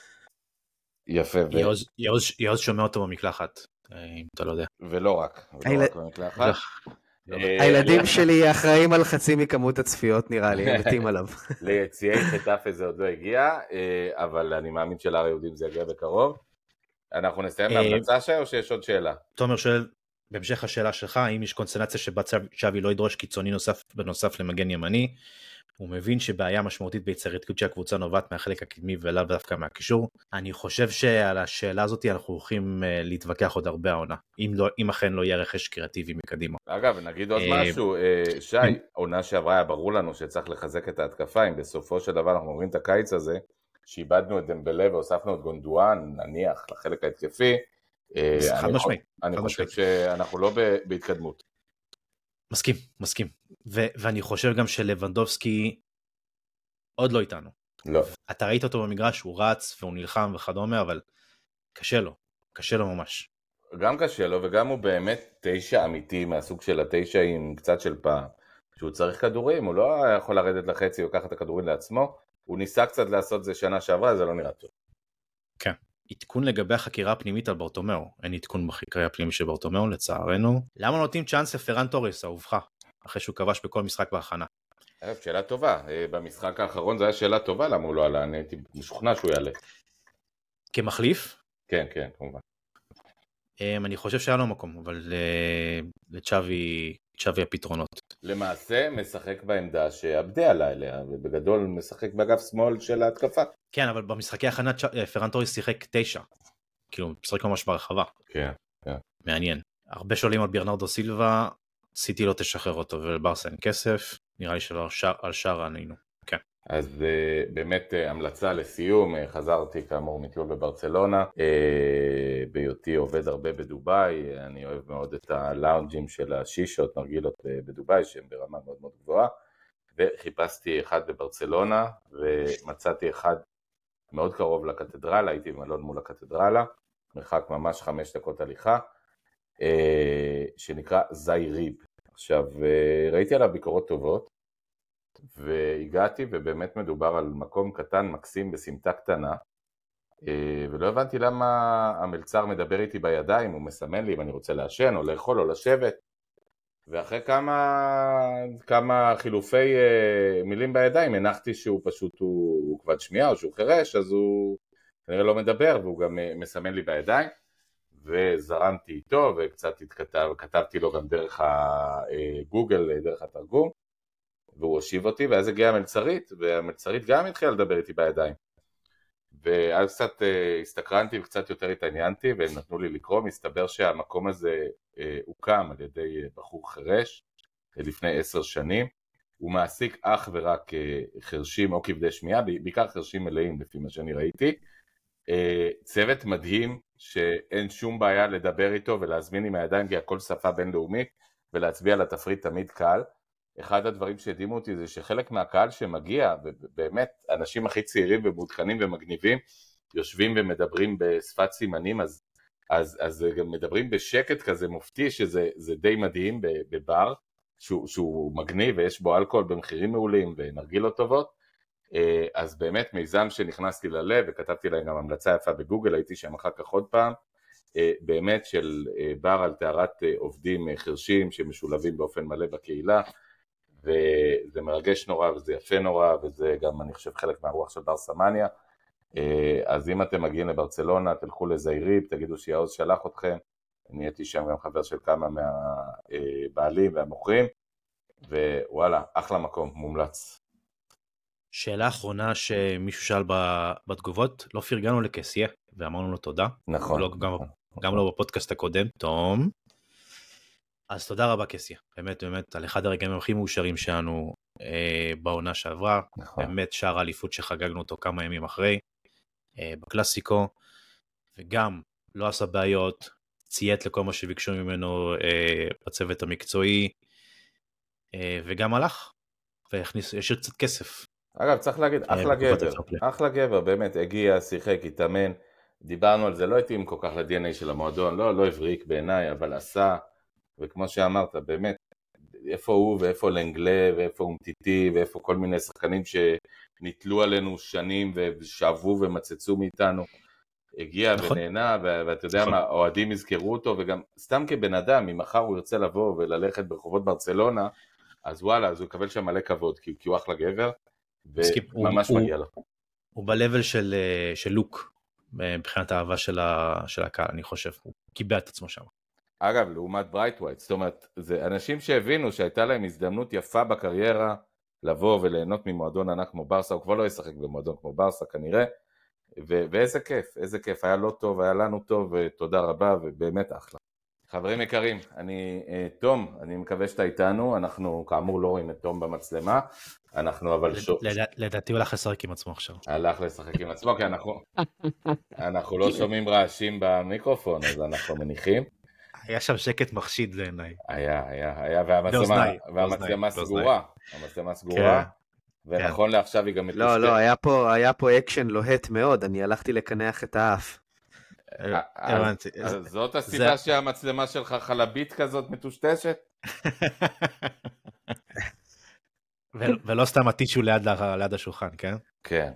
Speaker 1: יפה.
Speaker 2: יעוז שומע אותו במקלחת, אם אתה לא יודע.
Speaker 1: ולא רק, ולא רק במקלחת.
Speaker 3: הילדים שלי אחראים על חצי מכמות הצפיות נראה לי, הם מתים עליו.
Speaker 1: ליציאי חטף זה עוד לא הגיע, אבל אני מאמין שלהר היהודים זה יגיע בקרוב. אנחנו נסיים בהמלצה שי או שיש עוד שאלה?
Speaker 2: תומר שואל, בהמשך השאלה שלך, האם יש קונסטלציה שבה שווי לא ידרוש קיצוני נוסף בנוסף למגן ימני? הוא מבין שבעיה משמעותית ביצירתיות שהקבוצה נובעת מהחלק הקדמי ולאו דווקא מהקישור. אני חושב שעל השאלה הזאת אנחנו הולכים להתווכח עוד הרבה העונה, אם, לא, אם אכן לא יהיה רכש קריאטיבי מקדימה.
Speaker 1: אגב, נגיד עוד משהו, שי, עונה שעברה היה ברור לנו שצריך לחזק את ההתקפה, אם בסופו של דבר אנחנו אומרים את הקיץ הזה, שאיבדנו את דמבלה והוספנו את גונדואן, נניח לחלק ההתקפי,
Speaker 2: חד משמעית.
Speaker 1: אני חושב שאנחנו לא בהתקדמות.
Speaker 2: מסכים, מסכים. ו- ואני חושב גם שלוונדובסקי עוד לא איתנו.
Speaker 1: לא.
Speaker 2: אתה ראית אותו במגרש, הוא רץ והוא נלחם וכדומה, אבל קשה לו, קשה לו ממש.
Speaker 1: גם קשה לו, וגם הוא באמת תשע אמיתי מהסוג של התשע עם קצת של פעם. כשהוא צריך כדורים, הוא לא יכול לרדת לחצי או לקחת את הכדורים לעצמו, הוא ניסה קצת לעשות זה שנה שעברה, זה לא נראה טוב.
Speaker 2: כן. עדכון לגבי החקירה הפנימית על ברטומאו, אין עדכון בחקירה הפנימית של ברטומאו לצערנו. למה נותנים צ'אנס לפרן טוריס, אהובך, אחרי שהוא כבש בכל משחק בהכנה?
Speaker 1: שאלה טובה, במשחק האחרון זו הייתה שאלה טובה, למה הוא לא עלה, אני הייתי משוכנע שהוא יעלה.
Speaker 2: כמחליף?
Speaker 1: כן, כן, כמובן.
Speaker 2: אני חושב שהיה לו מקום, אבל לצ'אבי, צ'אבי הפתרונות.
Speaker 1: למעשה משחק בעמדה שעבדי עלה אליה, ובגדול משחק באגף שמאל של ההתקפה.
Speaker 2: כן, אבל במשחקי הכנה פרן טוריס שיחק תשע, כאילו משחק ממש ברחבה.
Speaker 1: כן, כן.
Speaker 2: מעניין. הרבה שואלים על ברנרדו סילבה, סיטי לא תשחרר אותו, ולברסה אין כסף, נראה לי שלא על שער ענינו. כן.
Speaker 1: אז uh, באמת uh, המלצה לסיום, uh, חזרתי כאמור מטיול בברצלונה, uh, בהיותי עובד הרבה בדוביי, אני אוהב מאוד את הלאונג'ים של השישות, נרגילות uh, בדוביי, שהם ברמה מאוד מאוד גבוהה, וחיפשתי אחד בברצלונה, ומצאתי אחד מאוד קרוב לקתדרלה, הייתי במלון מול הקתדרלה, מרחק ממש חמש דקות הליכה, uh, שנקרא זייריב. עכשיו, uh, ראיתי עליו ביקורות טובות, והגעתי ובאמת מדובר על מקום קטן מקסים בסמטה קטנה, ולא הבנתי למה המלצר מדבר איתי בידיים, הוא מסמן לי אם אני רוצה לעשן או לאכול או לשבת, ואחרי כמה, כמה חילופי מילים בידיים הנחתי שהוא פשוט הוא, הוא כבד שמיעה או שהוא חרש, אז הוא כנראה לא מדבר והוא גם מסמן לי בידיים, וזרמתי איתו, וקצת התכתב, כתבתי לו גם דרך הגוגל, דרך התרגום, והוא הושיב אותי, ואז הגיעה המלצרית, והמלצרית גם התחילה לדבר איתי בידיים. ואז קצת הסתקרנתי וקצת יותר התעניינתי, והם נתנו לי לקרוא, מסתבר שהמקום הזה הוקם על ידי בחור חרש, לפני עשר שנים, הוא מעסיק אך ורק חרשים או כבדי שמיעה, בעיקר חרשים מלאים לפי מה שאני ראיתי, צוות מדהים שאין שום בעיה לדבר איתו ולהזמין עם הידיים, כי הכל שפה בינלאומית, ולהצביע לתפריט תמיד קל. אחד הדברים שהדהימו אותי זה שחלק מהקהל שמגיע, ובאמת אנשים הכי צעירים ומעודכנים ומגניבים, יושבים ומדברים בשפת סימנים, אז, אז, אז גם מדברים בשקט כזה מופתי, שזה זה די מדהים בבר, שהוא, שהוא מגניב ויש בו אלכוהול במחירים מעולים ונרגילות טובות. אז באמת מיזם שנכנסתי ללב, וכתבתי להם גם המלצה יפה בגוגל, הייתי שם אחר כך עוד פעם, באמת של בר על תארת עובדים חרשים שמשולבים באופן מלא בקהילה, וזה מרגש נורא וזה יפה נורא, וזה גם אני חושב חלק מהרוח של ברסמניה. אז אם אתם מגיעים לברצלונה, תלכו לזייריב, תגידו שיעוז שלח אתכם, אני הייתי שם גם חבר של כמה מהבעלים והמוכרים, ווואלה, אחלה מקום, מומלץ.
Speaker 2: שאלה אחרונה שמישהו שאל בתגובות, לא פרגנו לקסיה, ואמרנו לו תודה.
Speaker 1: נכון.
Speaker 2: לא, גם,
Speaker 1: נכון.
Speaker 2: גם לא בפודקאסט הקודם, תום. אז תודה רבה קסיה, באמת באמת על אחד הרגעים הכי מאושרים שלנו אה, בעונה שעברה,
Speaker 1: נכון.
Speaker 2: באמת שער האליפות שחגגנו אותו כמה ימים אחרי, אה, בקלאסיקו, וגם לא עשה בעיות, ציית לכל מה שביקשו ממנו אה, בצוות המקצועי, אה, וגם הלך, והכניס, ישיר קצת כסף.
Speaker 1: אגב, צריך להגיד, אחלה גבר, אחלה גבר, באמת, הגיע, שיחק, התאמן, דיברנו על זה, לא התאים כל כך ל-די אן איי של המועדון, לא, לא הבריק בעיניי, אבל עשה, וכמו שאמרת, באמת, איפה הוא ואיפה לנגלה, ואיפה אומטיטי, ואיפה כל מיני שחקנים שניתלו עלינו שנים, ושאבו ומצצו מאיתנו, הגיע נכון. ונהנה, ואתה יודע נכון. מה, אוהדים יזכרו אותו, וגם סתם כבן אדם, אם מחר הוא ירצה לבוא וללכת ברחובות ברצלונה, אז וואלה, אז הוא יקבל שם מלא כבוד, כי, כי הוא אחלה גבר, וממש
Speaker 2: הוא,
Speaker 1: מגיע לו.
Speaker 2: הוא, הוא בלבל של, של לוק, מבחינת האהבה של, ה, של הקהל, אני חושב, הוא קיבע את עצמו שם.
Speaker 1: אגב, לעומת ברייט ווייט, זאת אומרת, זה אנשים שהבינו שהייתה להם הזדמנות יפה בקריירה, לבוא וליהנות ממועדון ענק כמו ברסה, הוא כבר לא ישחק במועדון כמו ברסה כנראה, ו- ואיזה כיף, איזה כיף, היה לא טוב, היה לנו טוב, ותודה רבה, ובאמת אחלה. חברים יקרים, אני, תום, אני מקווה שאתה איתנו, אנחנו כאמור לא רואים את תום במצלמה, אנחנו אבל שוב...
Speaker 2: לדעתי הוא הלך לשחק עם עצמו עכשיו.
Speaker 1: הלך לשחק עם עצמו, כי אנחנו, אנחנו לא שומעים רעשים במיקרופון, אז אנחנו מניחים.
Speaker 2: היה שם שקט מחשיד לעיניי.
Speaker 1: היה, היה, היה, והמצלמה, והמצלמה סגורה, המצלמה סגורה, ונכון לעכשיו היא גם מתושקת.
Speaker 3: לא, לא, היה פה, היה פה אקשן לוהט מאוד, אני הלכתי לקנח את האף.
Speaker 1: זאת הסיבה שהמצלמה שלך חלבית כזאת מטושטשת?
Speaker 2: ולא סתם הטישו ליד השולחן, כן?
Speaker 1: כן.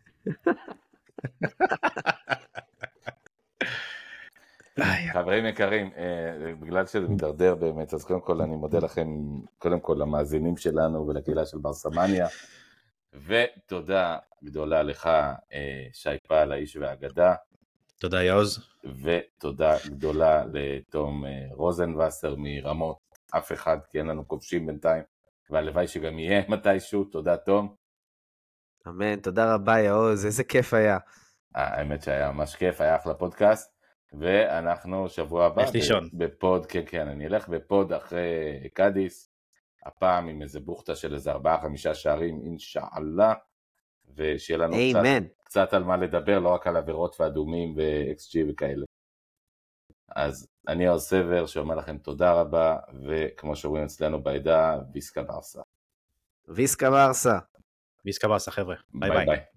Speaker 1: חברים יקרים, בגלל שזה מדרדר באמת, אז קודם כל אני מודה לכם, קודם כל למאזינים שלנו ולקהילה של ברסמניה, ותודה גדולה לך שי פעל, האיש והאגדה.
Speaker 2: תודה יעוז.
Speaker 1: ותודה גדולה לתום רוזנווסר מרמות, אף אחד, כי אין לנו כובשים בינתיים, והלוואי שגם יהיה מתישהו. תודה תום.
Speaker 3: אמן, תודה רבה יעוז, איזה כיף היה.
Speaker 1: האמת שהיה ממש כיף, היה אחלה פודקאסט, ואנחנו שבוע הבא בפוד, כן כן, אני אלך בפוד אחרי קדיס, הפעם עם איזה בוכתה של איזה ארבעה חמישה שערים, אינשאללה, ושיהיה לנו קצת, קצת על מה לדבר, לא רק על עבירות ואדומים ו-אקס ג'י וכאלה. אז אני יעוז סבר שאומר לכם תודה רבה, וכמו שאומרים אצלנו בעדה, ויסקה ברסה.
Speaker 3: ויסקה ברסה.
Speaker 2: ויסקה ברסה חבר'ה, ביי ביי. ביי.